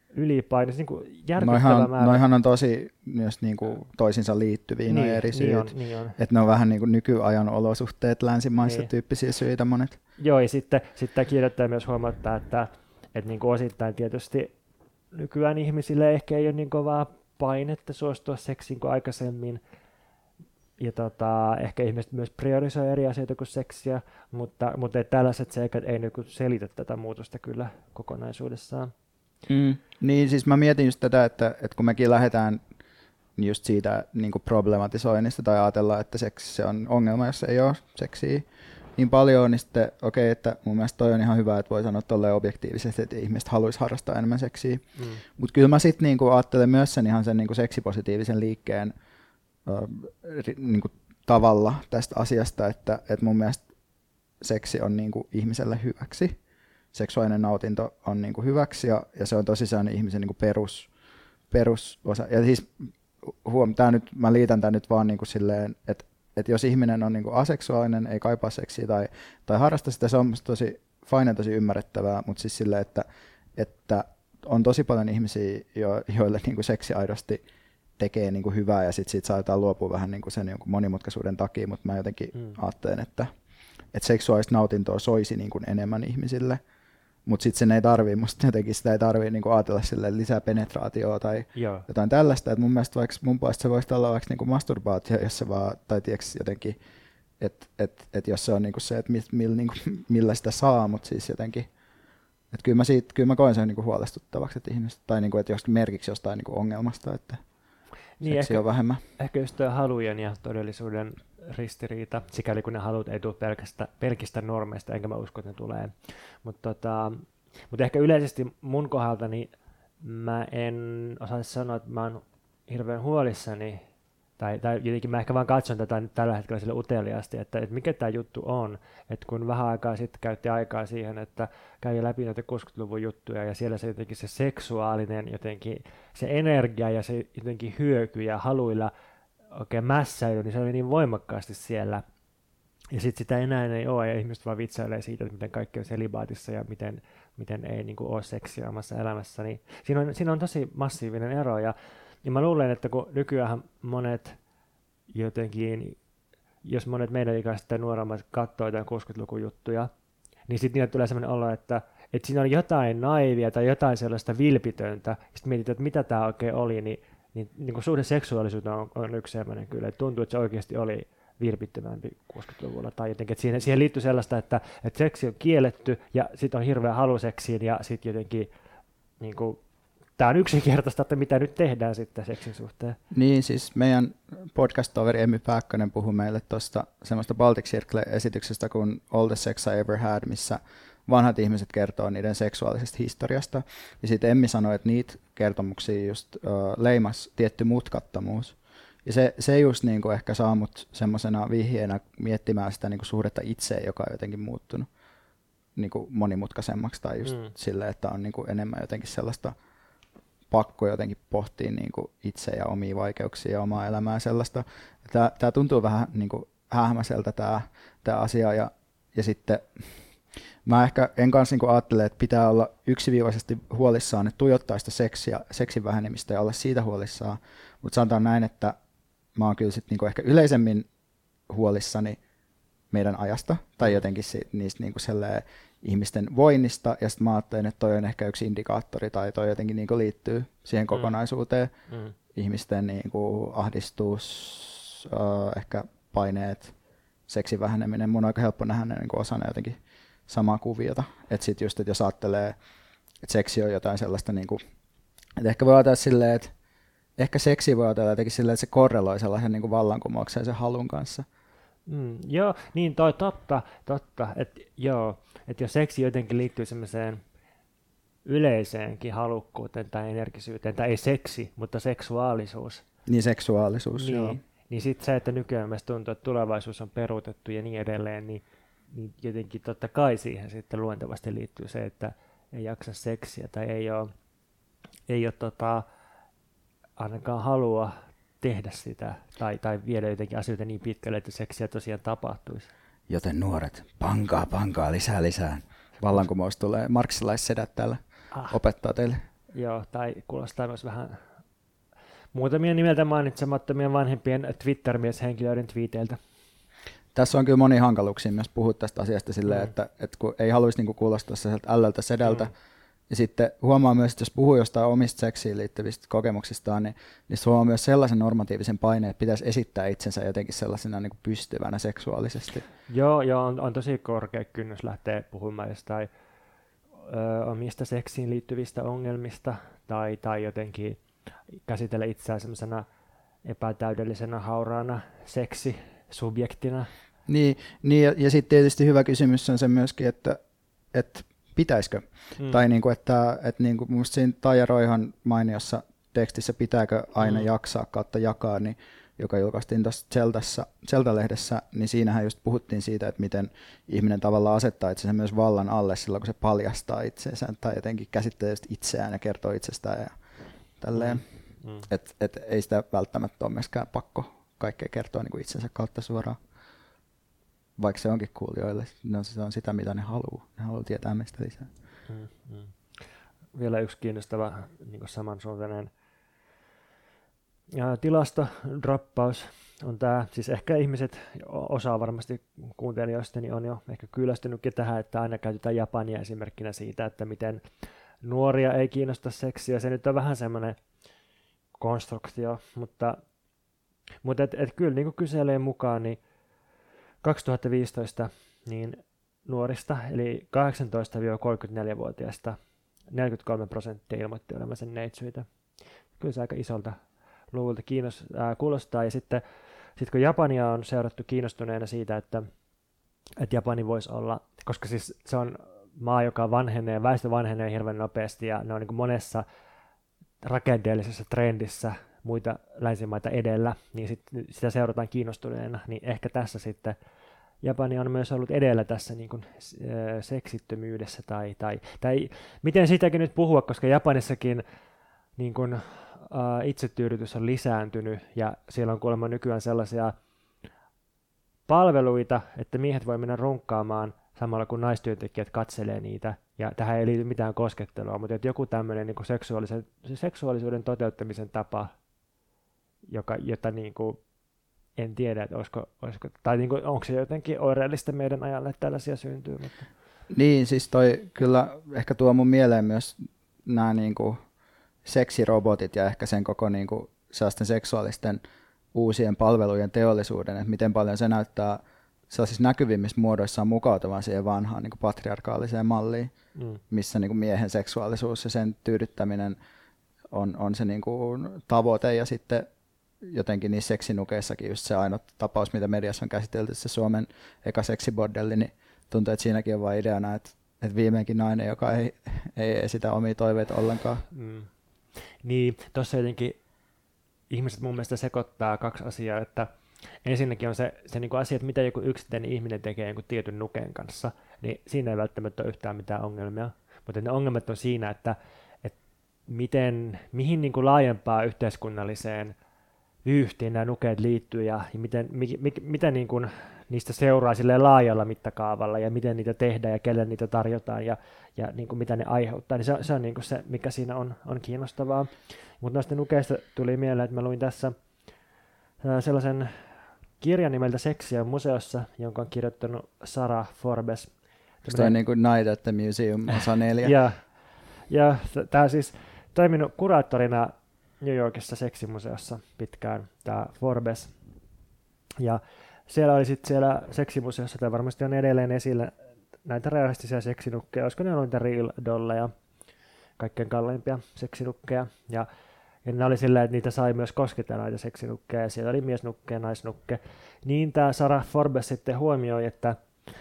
ylipaino, niin kuin järkyttävä
noihan,
määrä.
Noihan on tosi myös niin kuin toisinsa liittyviä niin, noi eri syyt.
Niin on, niin on.
Että ne on vähän niin kuin nykyajan olosuhteet länsimaissa
niin.
tyyppisiä syitä monet.
Joo, ja sitten, sitten kirjoittaja myös huomattaa, että, että niin kuin osittain tietysti nykyään ihmisille ehkä ei ole niin kovaa painetta suostua seksiin kuin aikaisemmin. Ja tota, ehkä ihmiset myös priorisoi eri asioita kuin seksiä, mutta, mutta tällaiset seikat ei nyt selitä tätä muutosta kyllä kokonaisuudessaan.
Mm. Niin, siis mä mietin just tätä, että, että kun mekin lähdetään just siitä niin kuin problematisoinnista tai ajatellaan, että seksi se on ongelma, jos ei ole seksiä niin paljon, niin sitten okei, okay, että mun mielestä toi on ihan hyvä, että voi sanoa tolleen objektiivisesti, että ihmiset haluaisi harrastaa enemmän seksiä. Mm. Mutta kyllä mä sitten niin kuin ajattelen myös sen ihan sen niin kuin seksipositiivisen liikkeen äh, niin kuin tavalla tästä asiasta, että, että mun mielestä seksi on niin kuin ihmiselle hyväksi. Seksuaalinen nautinto on niin kuin hyväksi ja, ja se on tosi sellainen ihmisen niin kuin perus, perusosa. Ja siis huom, tää nyt, mä liitän tämän nyt vaan niin kuin silleen, että, että jos ihminen on niin kuin aseksuaalinen, ei kaipaa seksiä tai, tai harrasta sitä, se on tosi fine ja tosi ymmärrettävää, mutta siis silleen, että, että on tosi paljon ihmisiä, jo, joille niin kuin seksi aidosti tekee niin kuin hyvää ja sitten siitä saadaan luopua vähän niin kuin sen jonkun monimutkaisuuden takia, mutta mä jotenkin mm. ajattelen, että, että seksuaalista nautintoa soisi niin kuin enemmän ihmisille. Mutta sitten sen ei tarvii, musta jotenkin sitä ei tarvii niinku ajatella sille lisää penetraatioa tai Joo. jotain tällaista. Et mun mielestä vaikka mun puolesta se voisi olla vaikka niinku masturbaatio, jos se vaan, tai tiiäks jotenkin, että et, et jos se on niinku se, että mil, niinku, millä sitä saa, mutta siis jotenkin, että kyllä mä, siitä, kyllä mä koen sen niinku huolestuttavaksi, että ihmiset, tai niinku, että merkiksi jostain niinku ongelmasta, että niin seksi ehkä, on vähemmän.
Ehkä just tuo halujen ja todellisuuden ristiriita, sikäli kun ne halut ei tule pelkästä, pelkistä normeista, enkä mä usko, että ne tulee. Mutta tota, mut ehkä yleisesti mun kohdalta niin mä en osaisi sanoa, että mä oon hirveän huolissani, tai, tai jotenkin mä ehkä vaan katson tätä nyt tällä hetkellä sille uteliaasti, että, että mikä tämä juttu on, että kun vähän aikaa sitten käytti aikaa siihen, että kävi läpi näitä kuusikymmentäluvun juttuja, ja siellä se jotenkin se seksuaalinen jotenkin, se energia ja se jotenkin hyöky ja haluilla oikein mässäily, niin se oli niin voimakkaasti siellä. Ja sitten sitä enää ei ole, ja ihmiset vaan vitsailee siitä, että miten kaikki on selibaatissa ja miten, miten ei niin kuin ole seksiä omassa elämässä. Niin siinä, on, siinä on tosi massiivinen ero, ja, ja mä luulen, että kun nykyään monet jotenkin, jos monet meidän ikäiset tai nuoremmat katsoo jotain kuusikymmentäluvun juttuja, niin sitten niille tulee sellainen olo, että, että siinä on jotain naivia tai jotain sellaista vilpitöntä, ja sitten mietitään, että mitä tämä oikein oli, niin niin, niin kuin suhde seksuaalisuuteen on, on yksi sellainen kyllä, että tuntuu, että se oikeasti oli virpittömämpi kuusikymmentäluvulla, tai jotenkin, että siihen, siihen liittyy sellaista, että, että seksi on kielletty, ja sitten on hirveä halu seksiin, ja sitten jotenkin, niin kuin, tämä on yksinkertaista, että mitä nyt tehdään sitten seksin suhteen.
Niin, siis meidän podcast-toveri Emmi Pääkkönen puhui meille tuosta semmoista Baltic Circle-esityksestä kuin All the Sex I Ever Had, missä vanhat ihmiset kertoo niiden seksuaalisesta historiasta. Ja sitten Emmi sanoi, että niitä kertomuksia just uh, leimas tietty mutkattomuus. Ja se, se just niinku ehkä saa mut semmoisena vihjeenä miettimään sitä niinku suhdetta itseen, joka on jotenkin muuttunut niinku monimutkaisemmaksi. Tai just mm. silleen, että on niinku enemmän jotenkin sellaista pakko jotenkin pohtia niinku itse ja omia vaikeuksia ja omaa elämää sellaista. Tämä tuntuu vähän niinku hähmäseltä tämä asia. Ja, ja sitten mä ehkä en kanssa niin ajattele, että pitää olla yksiviivaisesti huolissaan, että tuijottaa sitä seksiä, seksin vähenemistä ja olla siitä huolissaan. Mutta sanotaan näin, että mä oon kyllä sit niin ehkä yleisemmin huolissani meidän ajasta tai jotenkin si- niistä niin ihmisten voinnista. Ja sitten mä ajattelen, että toi on ehkä yksi indikaattori tai toi jotenkin niin liittyy siihen kokonaisuuteen. Mm. Mm. Ihmisten niin ahdistus, äh, ehkä paineet, seksin väheneminen. Mun on aika helppo nähdä ne niin osana jotenkin samaa kuviota. Että sitten just, että jos ajattelee, että seksi on jotain sellaista, niin kuin, että ehkä voi ajatella silleen, että ehkä seksi voi ajatella jotenkin silleen, että se korreloi sellaisen niin kuin vallankumouksen ja sen halun kanssa.
Mm, joo, niin toi totta, totta. Että joo, että jos seksi jotenkin liittyy semmoiseen yleiseenkin halukkuuteen tai energisyyteen, tai ei seksi, mutta seksuaalisuus.
Niin seksuaalisuus,
niin,
joo.
Niin sitten se, että nykyään mielestäni tuntuu, että tulevaisuus on peruutettu ja niin edelleen, niin niin jotenkin totta kai siihen sitten luontevasti liittyy se, että ei jaksa seksiä tai ei ole, ei ole tota, ainakaan halua tehdä sitä tai, tai viedä jotenkin asioita niin pitkälle, että seksiä tosiaan tapahtuisi.
Joten nuoret, pankaa, pankaa, lisää, lisää. Vallankumous tulee. Marksilaissedät täällä ah. opettaa teille
Joo, tai kuulostaa myös vähän muutamien nimeltä mainitsemattomien vanhempien Twitter-mieshenkilöiden twiiteiltä.
Tässä on kyllä moni hankaluuksia myös puhua tästä asiasta silleen, mm. että, että kun ei haluaisi niinku kuulostaa sieltä ällöltä sedältä, mm. ja sitten huomaa myös, että jos puhuu jostain omista seksiin liittyvistä kokemuksistaan, niin, niin se huomaa myös sellaisen normatiivisen paineen, että pitäisi esittää itsensä jotenkin sellaisena niin kuin pystyvänä seksuaalisesti.
Joo, joo on, on tosi korkea kynnys lähteä puhumaan jostain ö, omista seksiin liittyvistä ongelmista, tai, tai jotenkin käsitellä itseään semmoisena epätäydellisenä hauraana seksisubjektina.
Niin, niin ja, ja sitten tietysti hyvä kysymys on se myöskin, että, että pitäisikö? Mm. Tai niin kuin, että, että niin kuin musta siinä Taija Roihon mainiossa tekstissä pitääkö aina mm. jaksaa kautta jakaa, niin, joka julkaistiin tuossa Zeltassa, Zelta-lehdessä, niin siinähän just puhuttiin siitä, että miten ihminen tavallaan asettaa itsensä myös vallan alle silloin, kun se paljastaa itseensä tai jotenkin käsittelee itseään ja kertoo itsestään ja tälleen. Mm. Mm. Että et ei sitä välttämättä ole myöskään pakko kaikkea kertoa niin kuin itsensä kautta suoraan. Vaikka se onkin kuulijoille, no, se on sitä, mitä ne haluaa. Ne haluaa tietää meistä lisää. Mm, mm.
Vielä yksi kiinnostava niin samansuuntainen tilastodroppaus on tämä. Siis ehkä ihmiset, osa varmasti kuuntelijoista, niin on jo ehkä kyllästynytkin tähän, että aina käytetään Japania esimerkkinä siitä, että miten nuoria ei kiinnosta seksiä. Se nyt on vähän semmoinen konstruktio, mutta, mutta et, et kyllä niin kuin kyselyjen mukaan, niin kaksituhattaviisitoista niin nuorista, eli kahdeksantoista–kolmekymmentäneljä-vuotiaista neljäkymmentäkolme prosenttia ilmoitti olevansa neitsyitä. Kyllä se aika isolta luvulta kiinnost, äh, kuulostaa. Ja sitten sit kun Japania on seurattu kiinnostuneena siitä, että, että Japani voisi olla, koska siis se on maa, joka vanhenee, väestö vanhenee hirveän nopeasti, ja ne on niin kuin monessa rakenteellisessa trendissä muita länsimaita edellä, niin sit, sitä seurataan kiinnostuneena, niin ehkä tässä sitten Japani on myös ollut edellä tässä niin kuin, äh, seksittömyydessä, tai, tai, tai miten sitäkin nyt puhua, koska Japanissakin niin kuin, äh, itsetyydytys on lisääntynyt, ja siellä on kuulemma nykyään sellaisia palveluita, että miehet voi mennä runkkaamaan samalla kun naistyöntekijät katselee niitä, ja tähän ei liity mitään koskettelua, mutta että joku tämmöinen niin kuin seksuaalisen, seksuaalisuuden toteuttamisen tapa, joka, jota niin kuin, en tiedä, että olisiko, olisiko tai niin kuin, onko se jotenkin oireellista meidän ajalle, että tällaisia syntyy. Mutta.
Niin, siis toi kyllä ehkä tuo mun mieleen myös nämä niin kuin seksirobotit ja ehkä sen koko niin kuin sellaisten seksuaalisten uusien palvelujen teollisuuden, että miten paljon se näyttää sellaisissa näkyvimmissä muodoissaan mukautuvan siihen vanhaan niin kuin patriarkaaliseen malliin, mm. missä niin kuin miehen seksuaalisuus ja sen tyydyttäminen on, on se niin kuin tavoite, ja sitten jotenkin niissä seksinukeissakin just se ainoa tapaus, mitä mediassa on käsitelty, se Suomen eka seksibordelli, niin tuntuu, että siinäkin on vain ideana, että, että viimeinkin nainen, joka ei, ei esitä omia toiveita ollenkaan. Mm.
Niin, tuossa jotenkin ihmiset mun mielestä sekoittaa kaksi asiaa, että ensinnäkin on se, se niin kuin asia, että mitä joku yksittäinen ihminen tekee jonkun tietyn nukeen kanssa, niin siinä ei välttämättä ole yhtään mitään ongelmia, mutta ne ongelmat on siinä, että, että miten, mihin niin kuin laajempaa yhteiskunnalliseen vyyhtiin nämä nukeet liittyy, ja, ja miten, mi, mi, mitä niin kuin niistä seuraa silleen laajalla mittakaavalla, ja miten niitä tehdään ja kelle niitä tarjotaan, ja, ja niin kuin mitä ne aiheuttaa, niin se, se on niin kuin se, mikä siinä on, on kiinnostavaa. Mutta noista nukeista tuli mieleen, että mä luin tässä sellaisen kirjan nimeltä Seksiä museossa, jonka on kirjoittanut Sarah Forbes.
Onko toi niin kuin Night at the Museum osa neljä?
ja ja tämä siis toiminut kuraattorina New Yorkissa seksimuseossa pitkään, tämä Forbes. Ja siellä oli sitten siellä seksimuseossa, tai varmasti on edelleen esillä näitä realistisia seksinukkeja, olisiko ne ollut niitä real dolleja, kaikkein kalleimpia seksinukkeja. Ja Ja ne oli sillä, että niitä sai myös kosketella näitä seksinukkeja, ja siellä oli miesnukke ja naisnukke. Niin tämä Sarah Forbes sitten huomioi, että,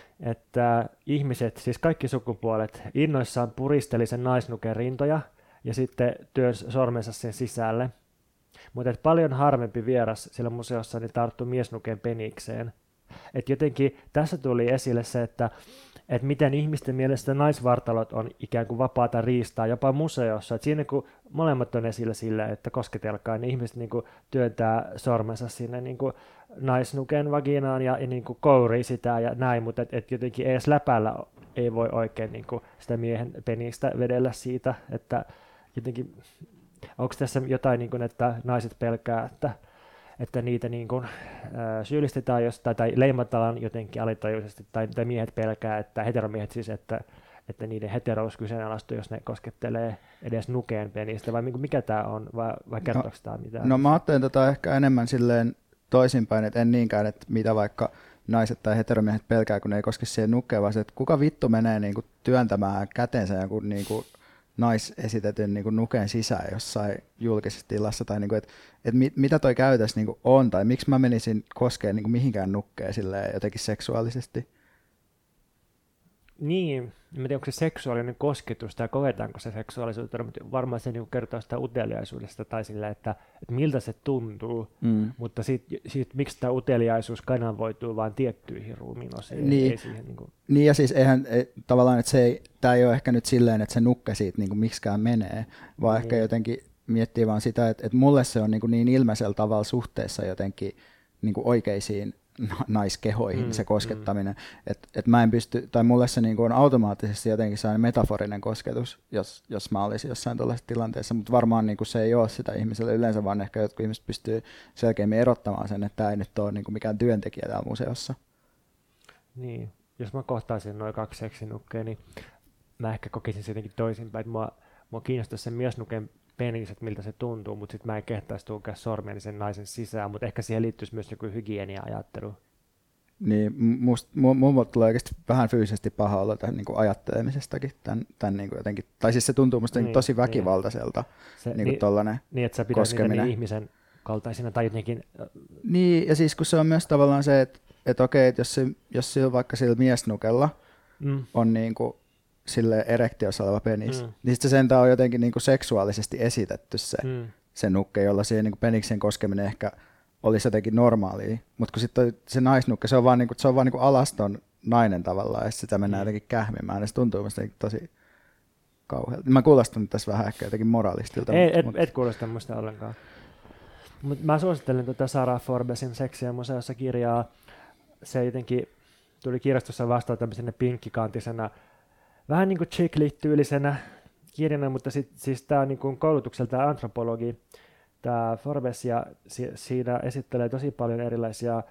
että ihmiset, siis kaikki sukupuolet, innoissaan puristeli sen naisnuken rintoja, ja sitten työns sormensa sen sisälle. Mutta paljon harvempi vieras siellä museossa niin tarttui miesnuken penikseen. Et jotenkin tässä tuli esille se, että että miten ihmisten mielestä naisvartalot on ikään kuin vapaata riistaa jopa museossa. Et siinä kun molemmat on esillä sillä, että kosketelkaa, niin ihmiset niin kuin työntää sormensa sinne niin kuin naisnuken vaginaan ja, ja niin kuin kourii sitä ja näin, mutta et, et jotenkin edes läpällä ei voi oikein niin kuin sitä miehen penistä vedellä siitä, että jotenkin, onko tässä jotain, niin kuin, että naiset pelkää, että, että niitä niin kuin, ää, syyllistetään jostain tai leimataan jotenkin alitajuisesti, tai, tai miehet pelkää, että heteromiehet siis, että, että niiden heterous kyseenalaistuu, jos ne koskettelee edes nukeen penistä, vai mikä tämä on, vai, vai kertooko
no,
tämä mitään?
No mä ajattelen tota ehkä enemmän silleen toisinpäin, että en niinkään, että mitä vaikka naiset tai heteromiehet pelkää, kun ne ei koske siihen nukkeen, vaan se, että kuka vittu menee niinku työntämään kätensä joku niinku naisesitetyn niinku nuken sisään jossain julkisessa tilassa, tai niinku, että et mit, mitä toi käytös niinku on, tai miksi mä menisin koskeen niinku mihinkään nukkeen silleen jotenkin seksuaalisesti.
Niin, en tiedä, onko se seksuaalinen kosketus tai kovetaanko se seksuaalisuutta, mutta varmaan se niin kertoo sitä uteliaisuudesta tai sillä, että, että miltä se tuntuu, mm. mutta siitä, siitä, miksi tämä uteliaisuus kanavoituu vain tiettyihin ruumiinosiin.
Niin.
Ei siihen, niin, kuin...
niin ja siis eihän ei, tavallaan, että se ei, tämä ei ole ehkä nyt silleen, että se nukke siitä niin kuin miksikään menee, vaan niin. Ehkä jotenkin miettii vaan sitä, että, että mulle se on niin, kuin niin ilmeisellä tavalla suhteessa jotenkin niin kuin oikeisiin naiskehoihin mm, se koskettaminen, mm. että et mä en pysty, tai mulle se niinku on automaattisesti jotenkin sellainen metaforinen kosketus, jos, jos mä olisin jossain tuollaisessa tilanteessa, mutta varmaan niinku se ei ole sitä ihmiselle yleensä, vaan ehkä jotkut ihmiset pystyy selkeämmin erottamaan sen, että tämä ei nyt ole niinku mikään työntekijä täällä museossa.
Niin, jos mä kohtaisin noin kaksi seksinukkeja, niin mä ehkä kokisin se jotenkin toisinpäin, että mua, mua kiinnostaisi sen miesnuken penis, että miltä se tuntuu, mutta sitten mä en kehtaisi tunkea sormiani sen naisen sisään, mutta ehkä siihen liittyisi myös joku hygienia-ajattelu.
Niin, musta, mulla tulee oikeasti vähän fyysisesti paha olla tämän niin kuin ajattelemisestakin, tämän, tämän niin kuin jotenkin, tai siis se tuntuu musta niin, tosi väkivaltaiselta,
se,
niin kuin tollainen
niin, että sä pidät niitä niin ihmisen kaltaisina tai jotenkin...
Niin, ja siis kun se on myös tavallaan se, että, että okei, että jos, se, jos sillä vaikka sillä miesnukella mm. on niin kuin sille erektiossa oleva penis, mm. niin sitten se sentään on jotenkin niin kuin seksuaalisesti esitetty se, mm. se nukke, jolla siihen niin kuin peniksen koskeminen ehkä olisi jotenkin normaalia, mutta kun sitten se naisnukke, se on vaan, niin kuin, se on vaan niin kuin alaston nainen tavallaan, ja sitä mennään mm. jotenkin kähmimään, ja se tuntuu musta tosi kauhealta. Mä kuulostan tässä vähän ehkä jotenkin moralistilta.
Ei,
mutta,
et,
mutta...
et kuulosta musta ollenkaan. Mut mä suosittelen tuota Sarah Forbesin Seksiä museossa kirjaa. Se jotenkin tuli kirjastossa vastaan tämmöisenä pinkkikantisena, vähän niin kuin chick lit-tyylisenä kirjana, mutta sit, siis tämä on niin kuin koulutukselta antropologi, tämä Forbes, ja si- siinä esittelee tosi paljon erilaisia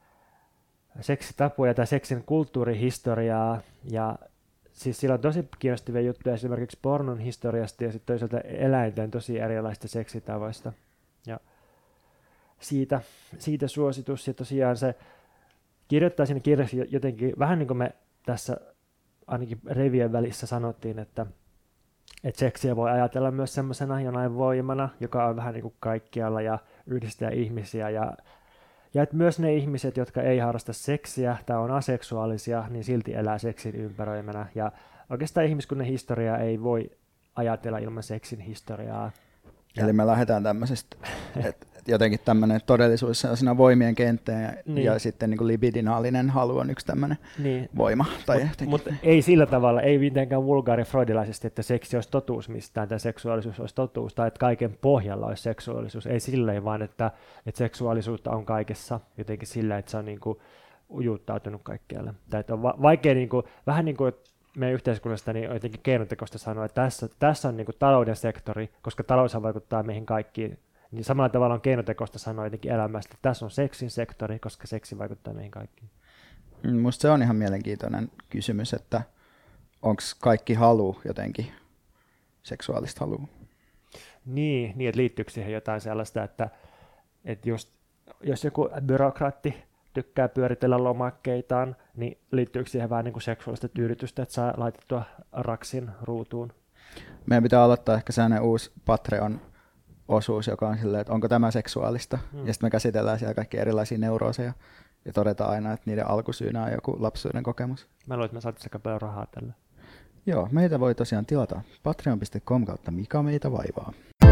seksitapoja tai seksin kulttuurihistoriaa, ja siis sillä on tosi kiinnostavia juttuja esimerkiksi pornon historiasta ja sitten toisaalta eläinten tosi erilaisista seksitavoista. Ja siitä, siitä suositus, ja tosiaan se kirjoittaa siinä kirjassa jotenkin, vähän niin kuin me tässä ainakin rivien välissä sanottiin, että, että seksiä voi ajatella myös semmoisena jonain voimana, joka on vähän niin kuin kaikkialla ja yhdistää ihmisiä, ja, ja että myös ne ihmiset, jotka ei harrasta seksiä tai on aseksuaalisia, niin silti elää seksin ympäröimänä, ja oikeastaan ihmiskunnan historiaa ei voi ajatella ilman seksin historiaa.
Eli me lähdetään tämmöisestä, että jotenkin tämmöinen todellisuus sellaisena voimien kenttään ja, niin. ja sitten niin kuin libidinaalinen halu on yksi tämmöinen niin. voima. Mutta
mut ei sillä tavalla, ei mitenkään vulgaari freudilaisesti, että seksi olisi totuus mistään tai seksuaalisuus olisi totuus tai että kaiken pohjalla olisi seksuaalisuus. Ei silleen vaan, että, että seksuaalisuutta on kaikessa jotenkin sillä, että se on niin kuin ujuttautunut kaikkialle. Tai että on va- vaikea, niin kuin, vähän niin kuin meidän yhteiskunnasta niin on jotenkin keinotekoista sanoa, että tässä, tässä on niin kuin talouden sektori, koska talous vaikuttaa meihin kaikkiin. Niin samalla tavalla on keinotekoista sanoa jotenkin elämästä, että tässä on seksin sektori, koska seksi vaikuttaa meihin kaikkiin.
Minusta se on ihan mielenkiintoinen kysymys, että onko kaikki halu jotenkin seksuaalista halua?
Niin, niin, että liittyykö siihen jotain sellaista, että, että just, jos joku byrokraatti tykkää pyöritellä lomakkeitaan, niin liittyykö siihen vähän niin kuin seksuaalista tyydytystä, että saa laitettua raksin ruutuun?
Meidän pitää aloittaa ehkä sellainen uusi Patreon-osuus, joka on silleen, että onko tämä seksuaalista, hmm. ja sitten me käsitellään siellä kaikki erilaisia neurooseja, ja todetaan aina, että niiden alkusyynä on joku lapsuuden kokemus.
Mä luulen, että me saataisiin aika paljon rahaa tällä.
Joo, meitä voi tosiaan tilata patreon piste com kautta Mikä meitä vaivaa.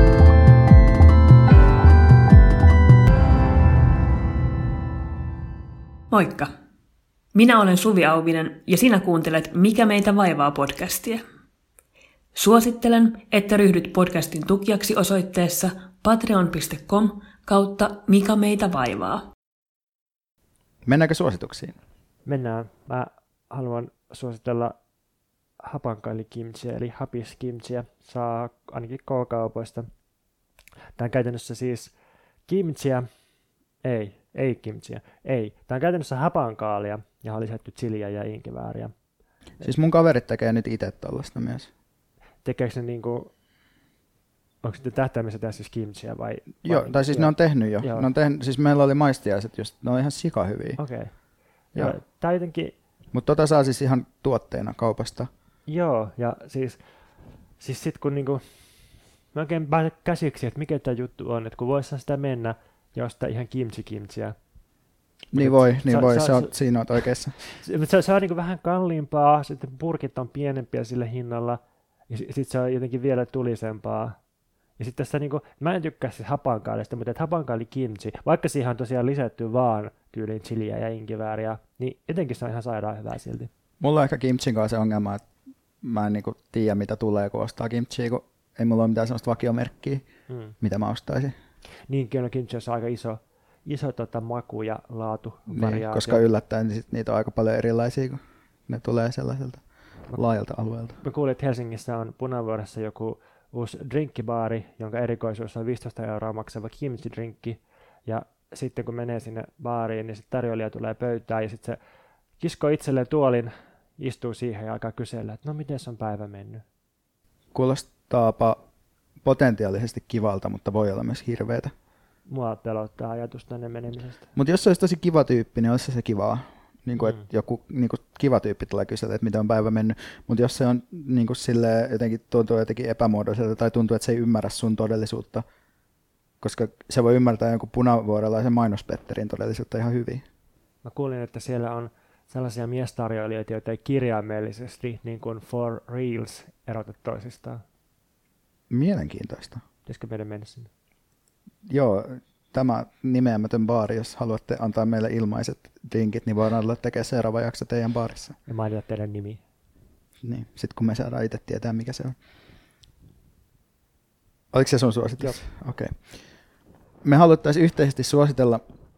Moikka! Minä olen Suvi Auvinen ja sinä kuuntelet Mikä meitä vaivaa podcastia. Suosittelen, että ryhdyt podcastin tukijaksi osoitteessa patreon piste com kautta Mikä meitä vaivaa.
Mennäänkö suosituksiin?
Mennään. Mä haluan suositella hapankaali-kimchiä, eli hapis-kimchiä, saa ainakin K-kaupoista. Tämä on käytännössä siis kimchiä, ei, ei kimchiä, ei. Tämä on käytännössä hapankaalia, ja on lisätty chiliä ja inkivääriä.
Siis mun kaverit tekee nyt itse tollaista myös.
Tekeekö ne niinku, onko sitten tähtäimessä tehdä siis kimchiä vai?
Joo,
vai,
tai siis
joo.
ne on tehnyt jo.
Joo.
Ne on tehnyt, siis meillä oli maistiaiset, just, ne on ihan sikahyviä.
Okei. Okay.
Joo.
Joo. Tää jotenkin,
Mutta tota saa siis ihan tuotteena kaupasta.
joo, ja siis, siis sit kun niinku, mä oikein pääsen käsiksi, että mikä tämä juttu on, että kun voisi sitä mennä ja ostaa ihan kimchi-kimchiä.
Niin
Mut
voi,
et
niin
sä-
voi,
sä-
sä,
sä-
oot, siinä oot oikeassa.
Se, se, se on niinku vähän kalliimpaa, sitten purkit on pienempiä sillä hinnalla, ja sitten se on jotenkin vielä tulisempaa. Ja sitten tässä niinku, mä en tykkää siis hapankaalista, mutta hapankaali kimchi, vaikka siihen on tosiaan lisätty vaan tyyliin chiliä ja inkivääriä, niin jotenkin se on ihan sairaan hyvää silti.
Mulla on ehkä kimchin kanssa se ongelma, että mä en niinku tiedä mitä tulee, kun ostaa kimchiä, kun ei mulla ole mitään sellaista vakiomerkkiä,
Mm.
mitä mä ostaisin.
Niinkin on kimchi on aika iso, iso tota, maku- ja laatuvariaatio.
Niin, koska yllättäen niin sit niitä on aika paljon erilaisia, kun ne tulee sellaiselta laajalta alueelta.
Mä kuulin, että Helsingissä on Punavuoressa joku uusi drinkkibaari, jonka erikoisuus on viisitoista euroa maksava kimchi-drinkki. Ja sitten kun menee sinne baariin, niin sitten tarjoilija tulee pöytään ja sitten se kiskoo itselleen tuolin, istuu siihen ja alkaa kysellä, että no miten on päivä mennyt.
Kuulostaapa potentiaalisesti kivalta, mutta voi olla myös hirveetä.
Mua pelottaa ajatus tänne menemisestä.
Mutta jos se olisi tosi kiva tyyppi, niin olisi se kivaa. Niin kuin,
Mm.
että joku niin kuin kiva tyyppi tulee kysellä, että miten on päivä mennyt. Mutta jos se on niin kuin silleen, jotenkin tuntuu jotenkin epämuodoiselta tai tuntuu, että se ei ymmärrä sun todellisuutta, koska se voi ymmärtää jonkun punavuorelaisen mainospetterin todellisuutta ihan hyvin.
Mä kuulin, että siellä on sellaisia miestarjoilijoita, joita ei kirjaimellisesti niin kuin for reals erota toisistaan.
Mielenkiintoista.
Pitäisikö meidän mennä sinne?
Joo, tämä nimeämätön baari, jos haluatte antaa meille ilmaiset drinkit, niin voidaan olla tekemään seuraava jakso teidän baarissa.
Ja mainita teidän nimi.
Niin, sitten kun me saadaan itse tietää, mikä se on. Oliko se sun suositus? Okei. Okay. Me haluttaisiin yhteisesti suositella,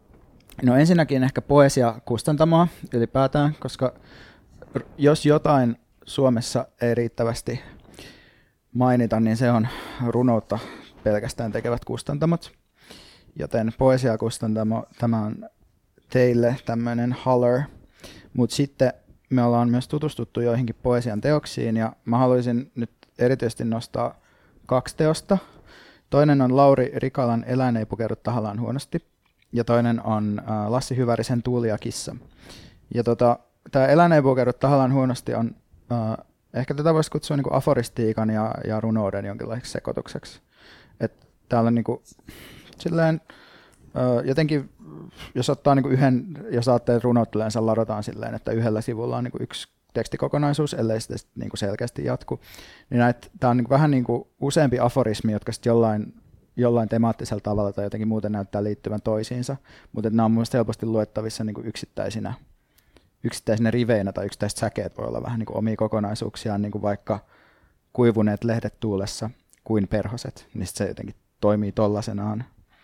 no ensinnäkin ehkä poesia-kustantamoa ylipäätään, koska r- jos jotain Suomessa ei riittävästi mainita, niin se on runoutta pelkästään tekevät kustantamot. Joten poesia-kustantamo, tämä on teille tämmöinen holler, mutta sitten me ollaan myös tutustuttu joihinkin poesian teoksiin ja mä haluaisin nyt erityisesti nostaa kaksi teosta. Toinen on Lauri Rikalan Eläin ei pukeudu tahallaan huonosti ja toinen on äh, Lassi Hyvärisen Tuuli ja kissa. Ja tota, tämä Eläin ei pukeudu tahallaan huonosti on, äh, ehkä tätä voisi kutsua niinku aforistiikan ja, ja runouden jonkinlaiseksi sekoitukseksi. Et täällä on niinku, silleen, ö, jotenkin, jos ottaa niinku yhden, jos ajattelee, että runot yleensä ladotaan silleen, että yhdellä sivulla on niinku yksi tekstikokonaisuus, ellei sitten sit niinku selkeästi jatku, niin tämä on niinku vähän niinku useampi aforismi, jotka sitten jollain, jollain temaattisella tavalla tai jotenkin muuten näyttää liittyvän toisiinsa, mutta nämä on mun mielestä helposti luettavissa niinku yksittäisinä, yksittäisinä riveinä tai yksittäiset säkeet voi olla vähän niinku omia kokonaisuuksiaan, niinku vaikka kuivuneet lehdet tuulessa kuin perhoset, niin se jotenkin toimii tollasenaan.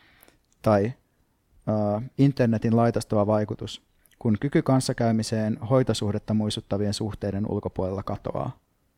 Tai uh, internetin laitostava vaikutus, kun kyky kanssakäymiseen hoitosuhdetta muistuttavien suhteiden ulkopuolella katoaa.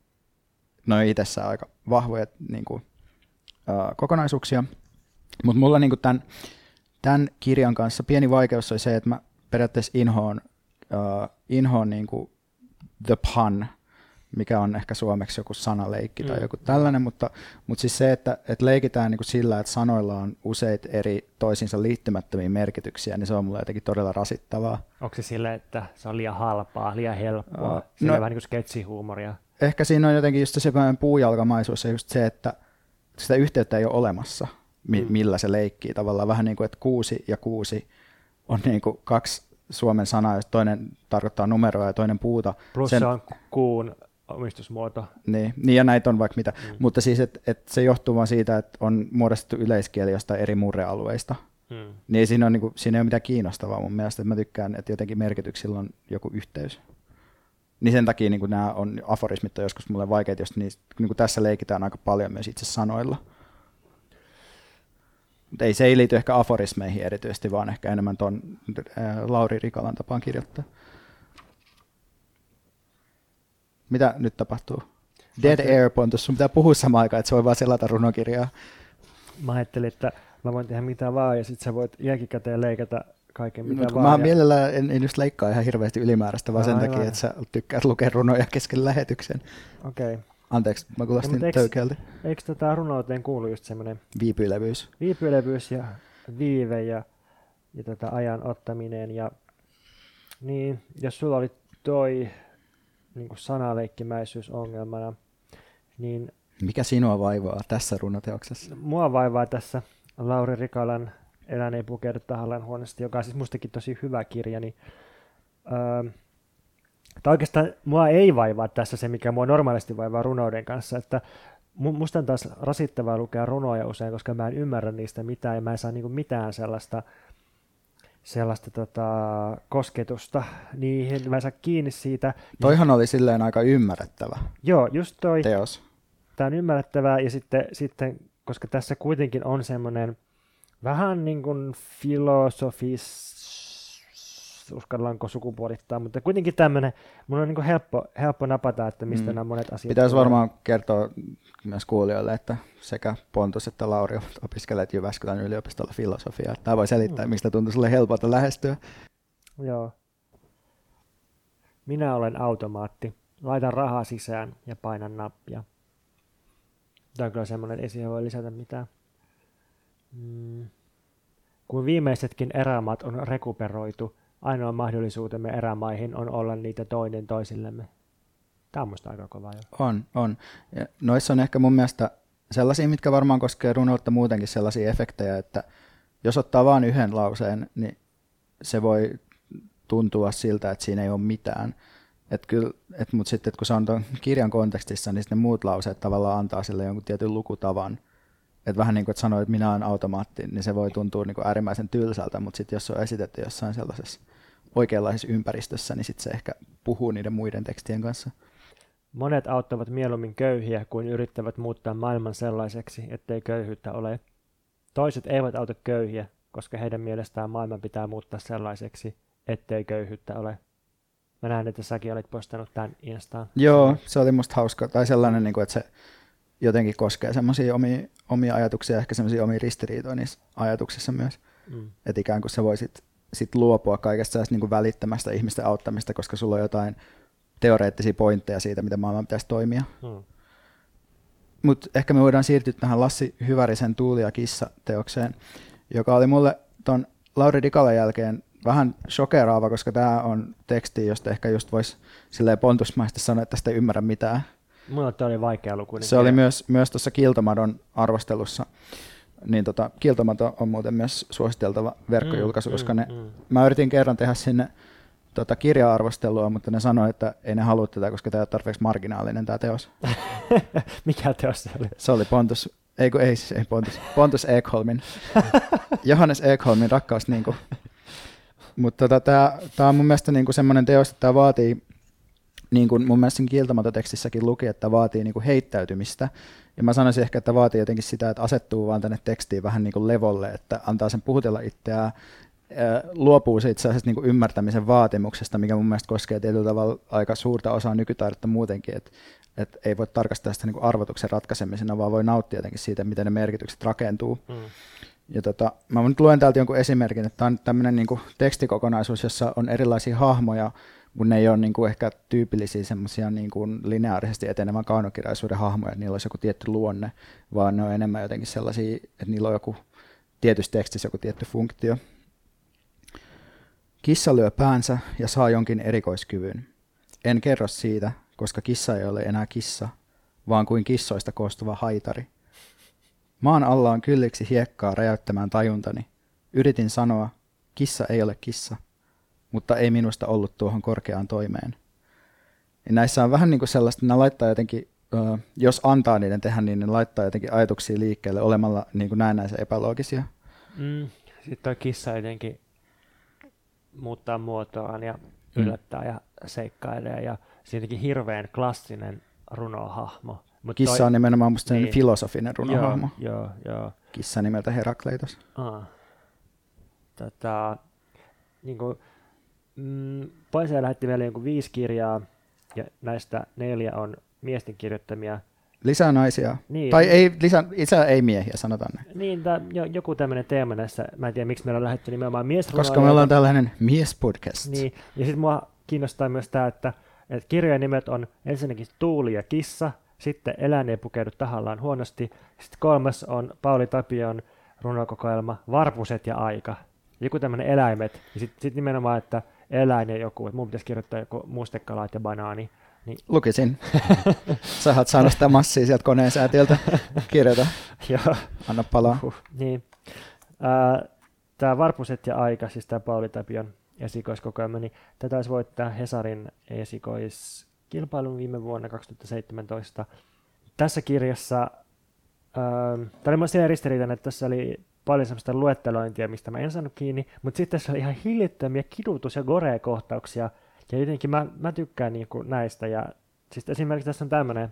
No itsessään aika vahvoja niin kuin, uh, kokonaisuuksia, mutta mulla niin kuin tämän, tämän kirjan kanssa pieni vaikeus oli se, että mä periaatteessa inhoon, uh, inhoon niin kuin the pun, mikä on ehkä suomeksi joku sanaleikki tai
Mm.
joku tällainen, mutta, mutta siis se, että, että leikitään niin kuin sillä, että sanoilla on useita eri toisiinsa liittymättömiä merkityksiä, niin se on mulle jotenkin todella rasittavaa.
Onko se sille, että se on liian halpaa, liian helppoa,
Uh,
sillä
no-
vähän niin kuin sketsihuumoria?
Ehkä siinä on jotenkin just se sellainen puujalkamaisuus ja just se, että sitä yhteyttä ei ole olemassa, mi-
Mm.
millä se leikkii tavallaan. Vähän niin kuin, että kuusi ja kuusi on niin kuin kaksi suomen sanaa, jos toinen tarkoittaa numeroa ja toinen puuta.
Plus
Sen-
se on kuun omistusmuoto.
Niin, niin ja näitä on vaikka mitä,
Mm.
mutta siis et, et se johtuu vaan siitä, että on muodostettu yleiskieli jostain eri murrealueista.
Mm.
Niin ei siinä, on, niinku, siinä ei ole mitään kiinnostavaa mun mielestä, että mä tykkään, että jotenkin merkityksillä on joku yhteys. Niin sen takia niin nämä on, aforismit on joskus mulle vaikeita, jos niistä, niin tässä leikitään aika paljon myös itse sanoilla. Mutta ei se ei liity ehkä aforismeihin erityisesti, vaan ehkä enemmän tuon Lauri Rikalan tapaan kirjoittaa. Mitä nyt tapahtuu? Dead Air, Pontus, sun pitää puhua samaan aikaan, että se voi vaan selata runokirjaa.
Mä ajattelin, että mä voin tehdä mitä vaan ja sit sä voit jälkikäteen leikata kaiken mitä
Mut
vaan.
Mä
ja...
mielellään en, en just leikkaa ihan hirveästi ylimääräistä, vaan sen
Aivan.
takia, että sä tykkäät lukea runoja kesken lähetyksen.
Okei. Okay.
Anteeksi, mä kuulostin no, töykeältä.
Eikö tätä runouteen kuulu just semmoinen
viipyilevyys?
Viipyilevyys ja viive ja, ja tätä ajan ottaminen. Ja, niin, jos sulla oli toi niin kuin sanaleikkimäisyys ongelmana, niin...
Mikä sinua vaivaa tässä runoteoksessa?
Mua vaivaa tässä Lauri Rikalan Elän ei pukeudu tahallaan huonosti, joka on siis mustakin tosi hyvä kirja. Niin, öö, tai oikeastaan mua ei vaivaa tässä se, mikä mua normaalisti vaivaa runouden kanssa, että musta on taas rasittavaa lukea runoja usein, koska mä en ymmärrä niistä mitään ja mä en saa niinku mitään sellaista, sellaista tota, kosketusta niihin, mä en saa kiinni siitä.
Toihan oli silleen aika ymmärrettävä
Joo, just toi.
teos.
Tää on ymmärrettävää ja sitten, sitten koska tässä kuitenkin on semmoinen vähän niin kuin filosofis, uskallaanko sukupuolittaa, mutta kuitenkin tämmöinen, mun on niin kuin helppo, helppo napata, että mistä mm. nämä monet asiat...
Pitäisi varmaan kertoa myös kuulijoille, että sekä Pontus että Lauri ovat opiskelleet Jyväskylän yliopistolla filosofiaa. Tämä voi selittää, mm. mistä tuntuu sulle helpolta lähestyä.
Joo. Minä olen automaatti. Laitan rahaa sisään ja painan nappia. Tämä on kyllä semmoinen, ei siihen voi lisätä mitään. Mm. Kun viimeisetkin erämaat on rekuperoitu, ainoa mahdollisuutemme erämaihin on olla niitä toinen toisillemme. Tämä on musta aika kova jo.
On, on. Ja noissa on ehkä mun mielestä sellaisia, mitkä varmaan koskee runoutta muutenkin sellaisia efektejä, että jos ottaa vain yhden lauseen, niin se voi tuntua siltä, että siinä ei ole mitään. Et kyllä, et, mutta sitten kun se on tuon kirjan kontekstissa, niin ne muut lauseet tavallaan antaa sille jonkun tietyn lukutavan. Et vähän niin kuin, että sanoo, että minä olen automaatti, niin se voi tuntua niin kuin äärimmäisen tylsältä, mutta sitten jos se on esitetty jossain sellaisessa oikeanlaisessa ympäristössä, niin sitten se ehkä puhuu niiden muiden tekstien kanssa.
Monet auttavat mieluummin köyhiä kuin yrittävät muuttaa maailman sellaiseksi, ettei köyhyyttä ole. Toiset eivät auta köyhiä, koska heidän mielestään maailman pitää muuttaa sellaiseksi, ettei köyhyyttä ole. Mä näen, että säkin olit postannut tämän Instaan.
Joo, se oli musta hauska. Tai sellainen, että se jotenkin koskee semmoisia omia, omia ajatuksia, ehkä semmoisia omia ristiriitoja niissä ajatuksissa myös. Mm. Että ikään kuin sä voisit sit luopua kaikesta niin välittämästä ihmisten auttamista, koska sulla on jotain teoreettisia pointteja siitä, miten maailman pitäisi toimia. Mm. Mutta ehkä me voidaan siirtyä tähän Lassi Hyvärisen Tuuli ja kissa-teokseen, joka oli mulle ton Lauri Rikalan jälkeen vähän shokeraava, koska tämä on teksti, josta ehkä just voisi silleen pontusmaisesti sanoa, että tästä ei ymmärrä mitään.
Mulla tämä oli vaikea luku.
Se oli myös, myös tuossa Kiltomadon arvostelussa. Niin tota, Kiltomato on muuten myös suositeltava verkkojulkaisu, mm, koska ne, mm. mä yritin kerran tehdä sinne tota, kirja-arvostelua, mutta ne sanoi, että ei ne halua tätä, koska tämä on tarpeeksi marginaalinen tämä teos.
Mikä teos se oli?
Se oli Pontus, ei, kun, ei, ei Pontus, Pontus Ekholmin, Johannes Ekholmin rakkaus. Niin kuin. Mutta tota, tämä on mun mielestä niin kuin semmoinen teos, että tämä vaatii, niin kuin mun mielestä Kiltomato-tekstissäkin luki, että vaatii niin kuin heittäytymistä. Ja mä sanoisin ehkä, että vaatii jotenkin sitä, että asettuu vaan tänne tekstiin vähän niin kuin levolle, että antaa sen puhutella itseään, luopuu siitä sellaisesta niin kuin ymmärtämisen vaatimuksesta, mikä mun mielestä koskee tietyllä tavalla aika suurta osaa nykytaidetta muutenkin, että, että ei voi tarkastaa sitä niin kuin arvotuksen ratkaisemisena, vaan voi nauttia jotenkin siitä, miten ne merkitykset rakentuu. Mm. Ja tota, mä nyt luen täältä jonkun esimerkin, että tämä on tämmöinen niin kuin tekstikokonaisuus, jossa on erilaisia hahmoja, kun ne ei ole niin kuin ehkä tyypillisiä semmoisia niin kuin lineaarisesti etenevän kaunokirjallisuuden hahmoja, että niillä olisi joku tietty luonne, vaan ne on enemmän jotenkin sellaisia, että niillä on joku tietyssä tekstissä joku tietty funktio. Kissa lyö päänsä ja saa jonkin erikoiskyvyn. En kerro siitä, koska kissa ei ole enää kissa, vaan kuin kissoista koostuva haitari. Maan alla on kylliksi hiekkaa räjäyttämään tajuntani. Yritin sanoa, kissa ei ole kissa, mutta ei minusta ollut tuohon korkeaan toimeen. Ja näissä on vähän niin kuin sellaista, että ne laittaa jotenkin, jos antaa niiden tehdä, niin ne laittaa jotenkin ajatuksia liikkeelle olemalla niin kuin näennäisen epäloogisia. Mm.
Sitten tuo kissa jotenkin muuttaa muotoaan ja yllättää mm. ja seikkailee ja siinäkin hirveän klassinen runohahmo. Mut
Kissa toi, on nimenomaan musta niin, filosofinen runohahmo.
Joo, joo.
Kissa nimeltä Herakleitos.
Ah. Tota, niin kuin, mm, Poesia lähetti meille jonkun viisi kirjaa ja näistä neljä on miesten kirjoittamia.
Lisää naisia.
Niin,
tai ei, lisää, isä ei miehiä, sanotaan näin.
Niin, tää, jo, joku tämmöinen teema näissä, mä en tiedä miksi meillä on lähdetty nimenomaan miesrunoilijoita.
Koska me ollaan tällainen miespodcast.
Niin, ja sitten mua kiinnostaa myös tämä, että, että kirjojen nimet on ensinnäkin Tuuli ja Kissa, sitten Eläin ei pukeudu tahallaan huonosti, sitten kolmas on Pauli Tapion runokokoelma Varpuset ja aika. Joku tämmöinen eläimet, ja sitten sit nimenomaan, että eläin ja joku, että mun pitäisi kirjoittaa joku mustekalaat ja banaani. Niin.
Lukisin. Sä oot saanut sitä massia sieltä koneen säätiöltä. Kirjoita.
Joo.
Anna palaa.
Uh, niin. Tämä Varpuset ja aika, siis tämä Pauli Tapion esikoiskokoelma, niin tätä olisi voittaa Hesarin esikoiskilpailun viime vuonna kaksituhattaseitsemäntoista. Tässä kirjassa, tämä oli myös siinä ristiriitainen, että tässä oli paljon sellaista luettelointia, mistä mä en saanut kiinni, mutta sitten tässä oli ihan hillittömiä kidutus- ja gore-kohtauksia, ja jotenkin mä, mä tykkään niinku näistä. Ja siis esimerkiksi tässä on tämmöinen,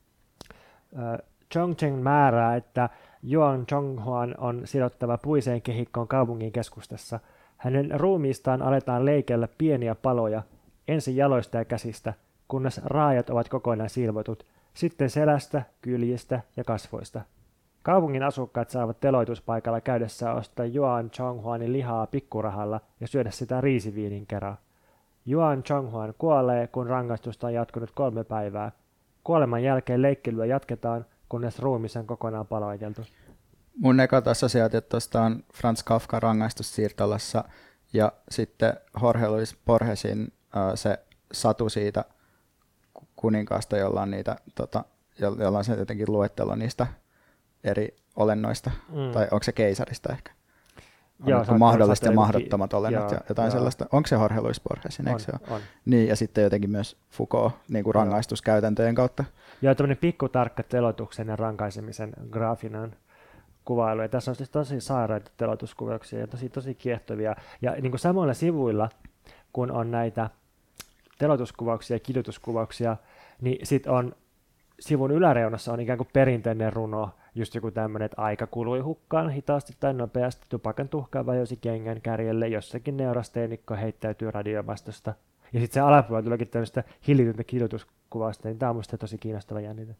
äh, Chongcheng määrää, että Yuan Chonghuan on sidottava puiseen kehikkoon kaupungin keskustassa. Hänen ruumiistaan aletaan leikellä pieniä paloja, ensin jaloista ja käsistä, kunnes raajat ovat kokonaan silvotut, sitten selästä, kyljistä ja kasvoista. Kaupungin asukkaat saavat teloituspaikalla käydessään ostaa Yuan Chonghuanin lihaa pikkurahalla ja syödä sitä riisiviinin kerran. Yuan Chonghuan kuolee, kun rangaistusta on jatkunut kolme päivää. Kuoleman jälkeen leikkelyä jatketaan, kunnes ruumis on kokonaan paloiteltu.
Mun ekat assosiaatiot tuosta on Franz Kafka Rangaistussiirtolassa ja sitten Jorge Luis Borgesin äh, se satu siitä kuninkaasta, jolla on, niitä, tota, jolla on se jotenkin luettelo niistä eri olennoista, mm. tai onko se keisarista ehkä? On joo, niin mahdollista ja mahdottomat olennot ja jotain joo. sellaista. Onko se Jorge Luis Borgesin, eikö se ole? Niin, ja sitten jotenkin myös Foucault niin kuin rangaistuskäytäntöjen kautta.
Joo, tämmöinen pikkutarkka teloituksen ja rankaisemisen graafinen kuvailu. Ja tässä on siis tosi sairaita teloituskuvauksia ja tosi, tosi kiehtovia. Ja niin kuin samoilla sivuilla, kun on näitä teloituskuvauksia ja kidutuskuvauksia, niin sitten on sivun yläreunassa on ikään kuin perinteinen runo, just joku tämmöinen, että aika kului hukkaan hitaasti tai nopeasti, tupakan tuhkaa vajosi kengän kärjelle, jossakin neurasteenikko heittäytyy radiomastosta. Ja sitten se alapuolella tuleekin tämmöistä hillityntä kidutuskuvausta, niin tämä on musta tosi kiinnostava jännite.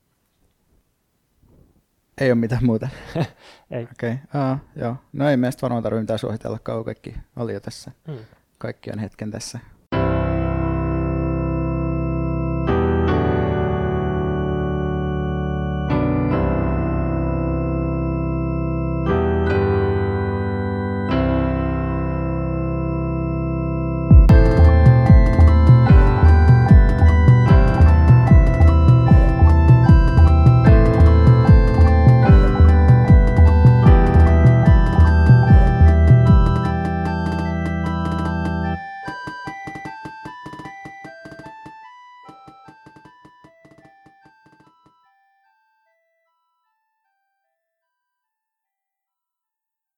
Ei ole mitään muuta.
Ei.
Okei, okay. uh, joo. No ei meistä varmaan tarvitse mitään suositella, kaikki oli jo tässä. Hmm. Kaikki on hetken tässä.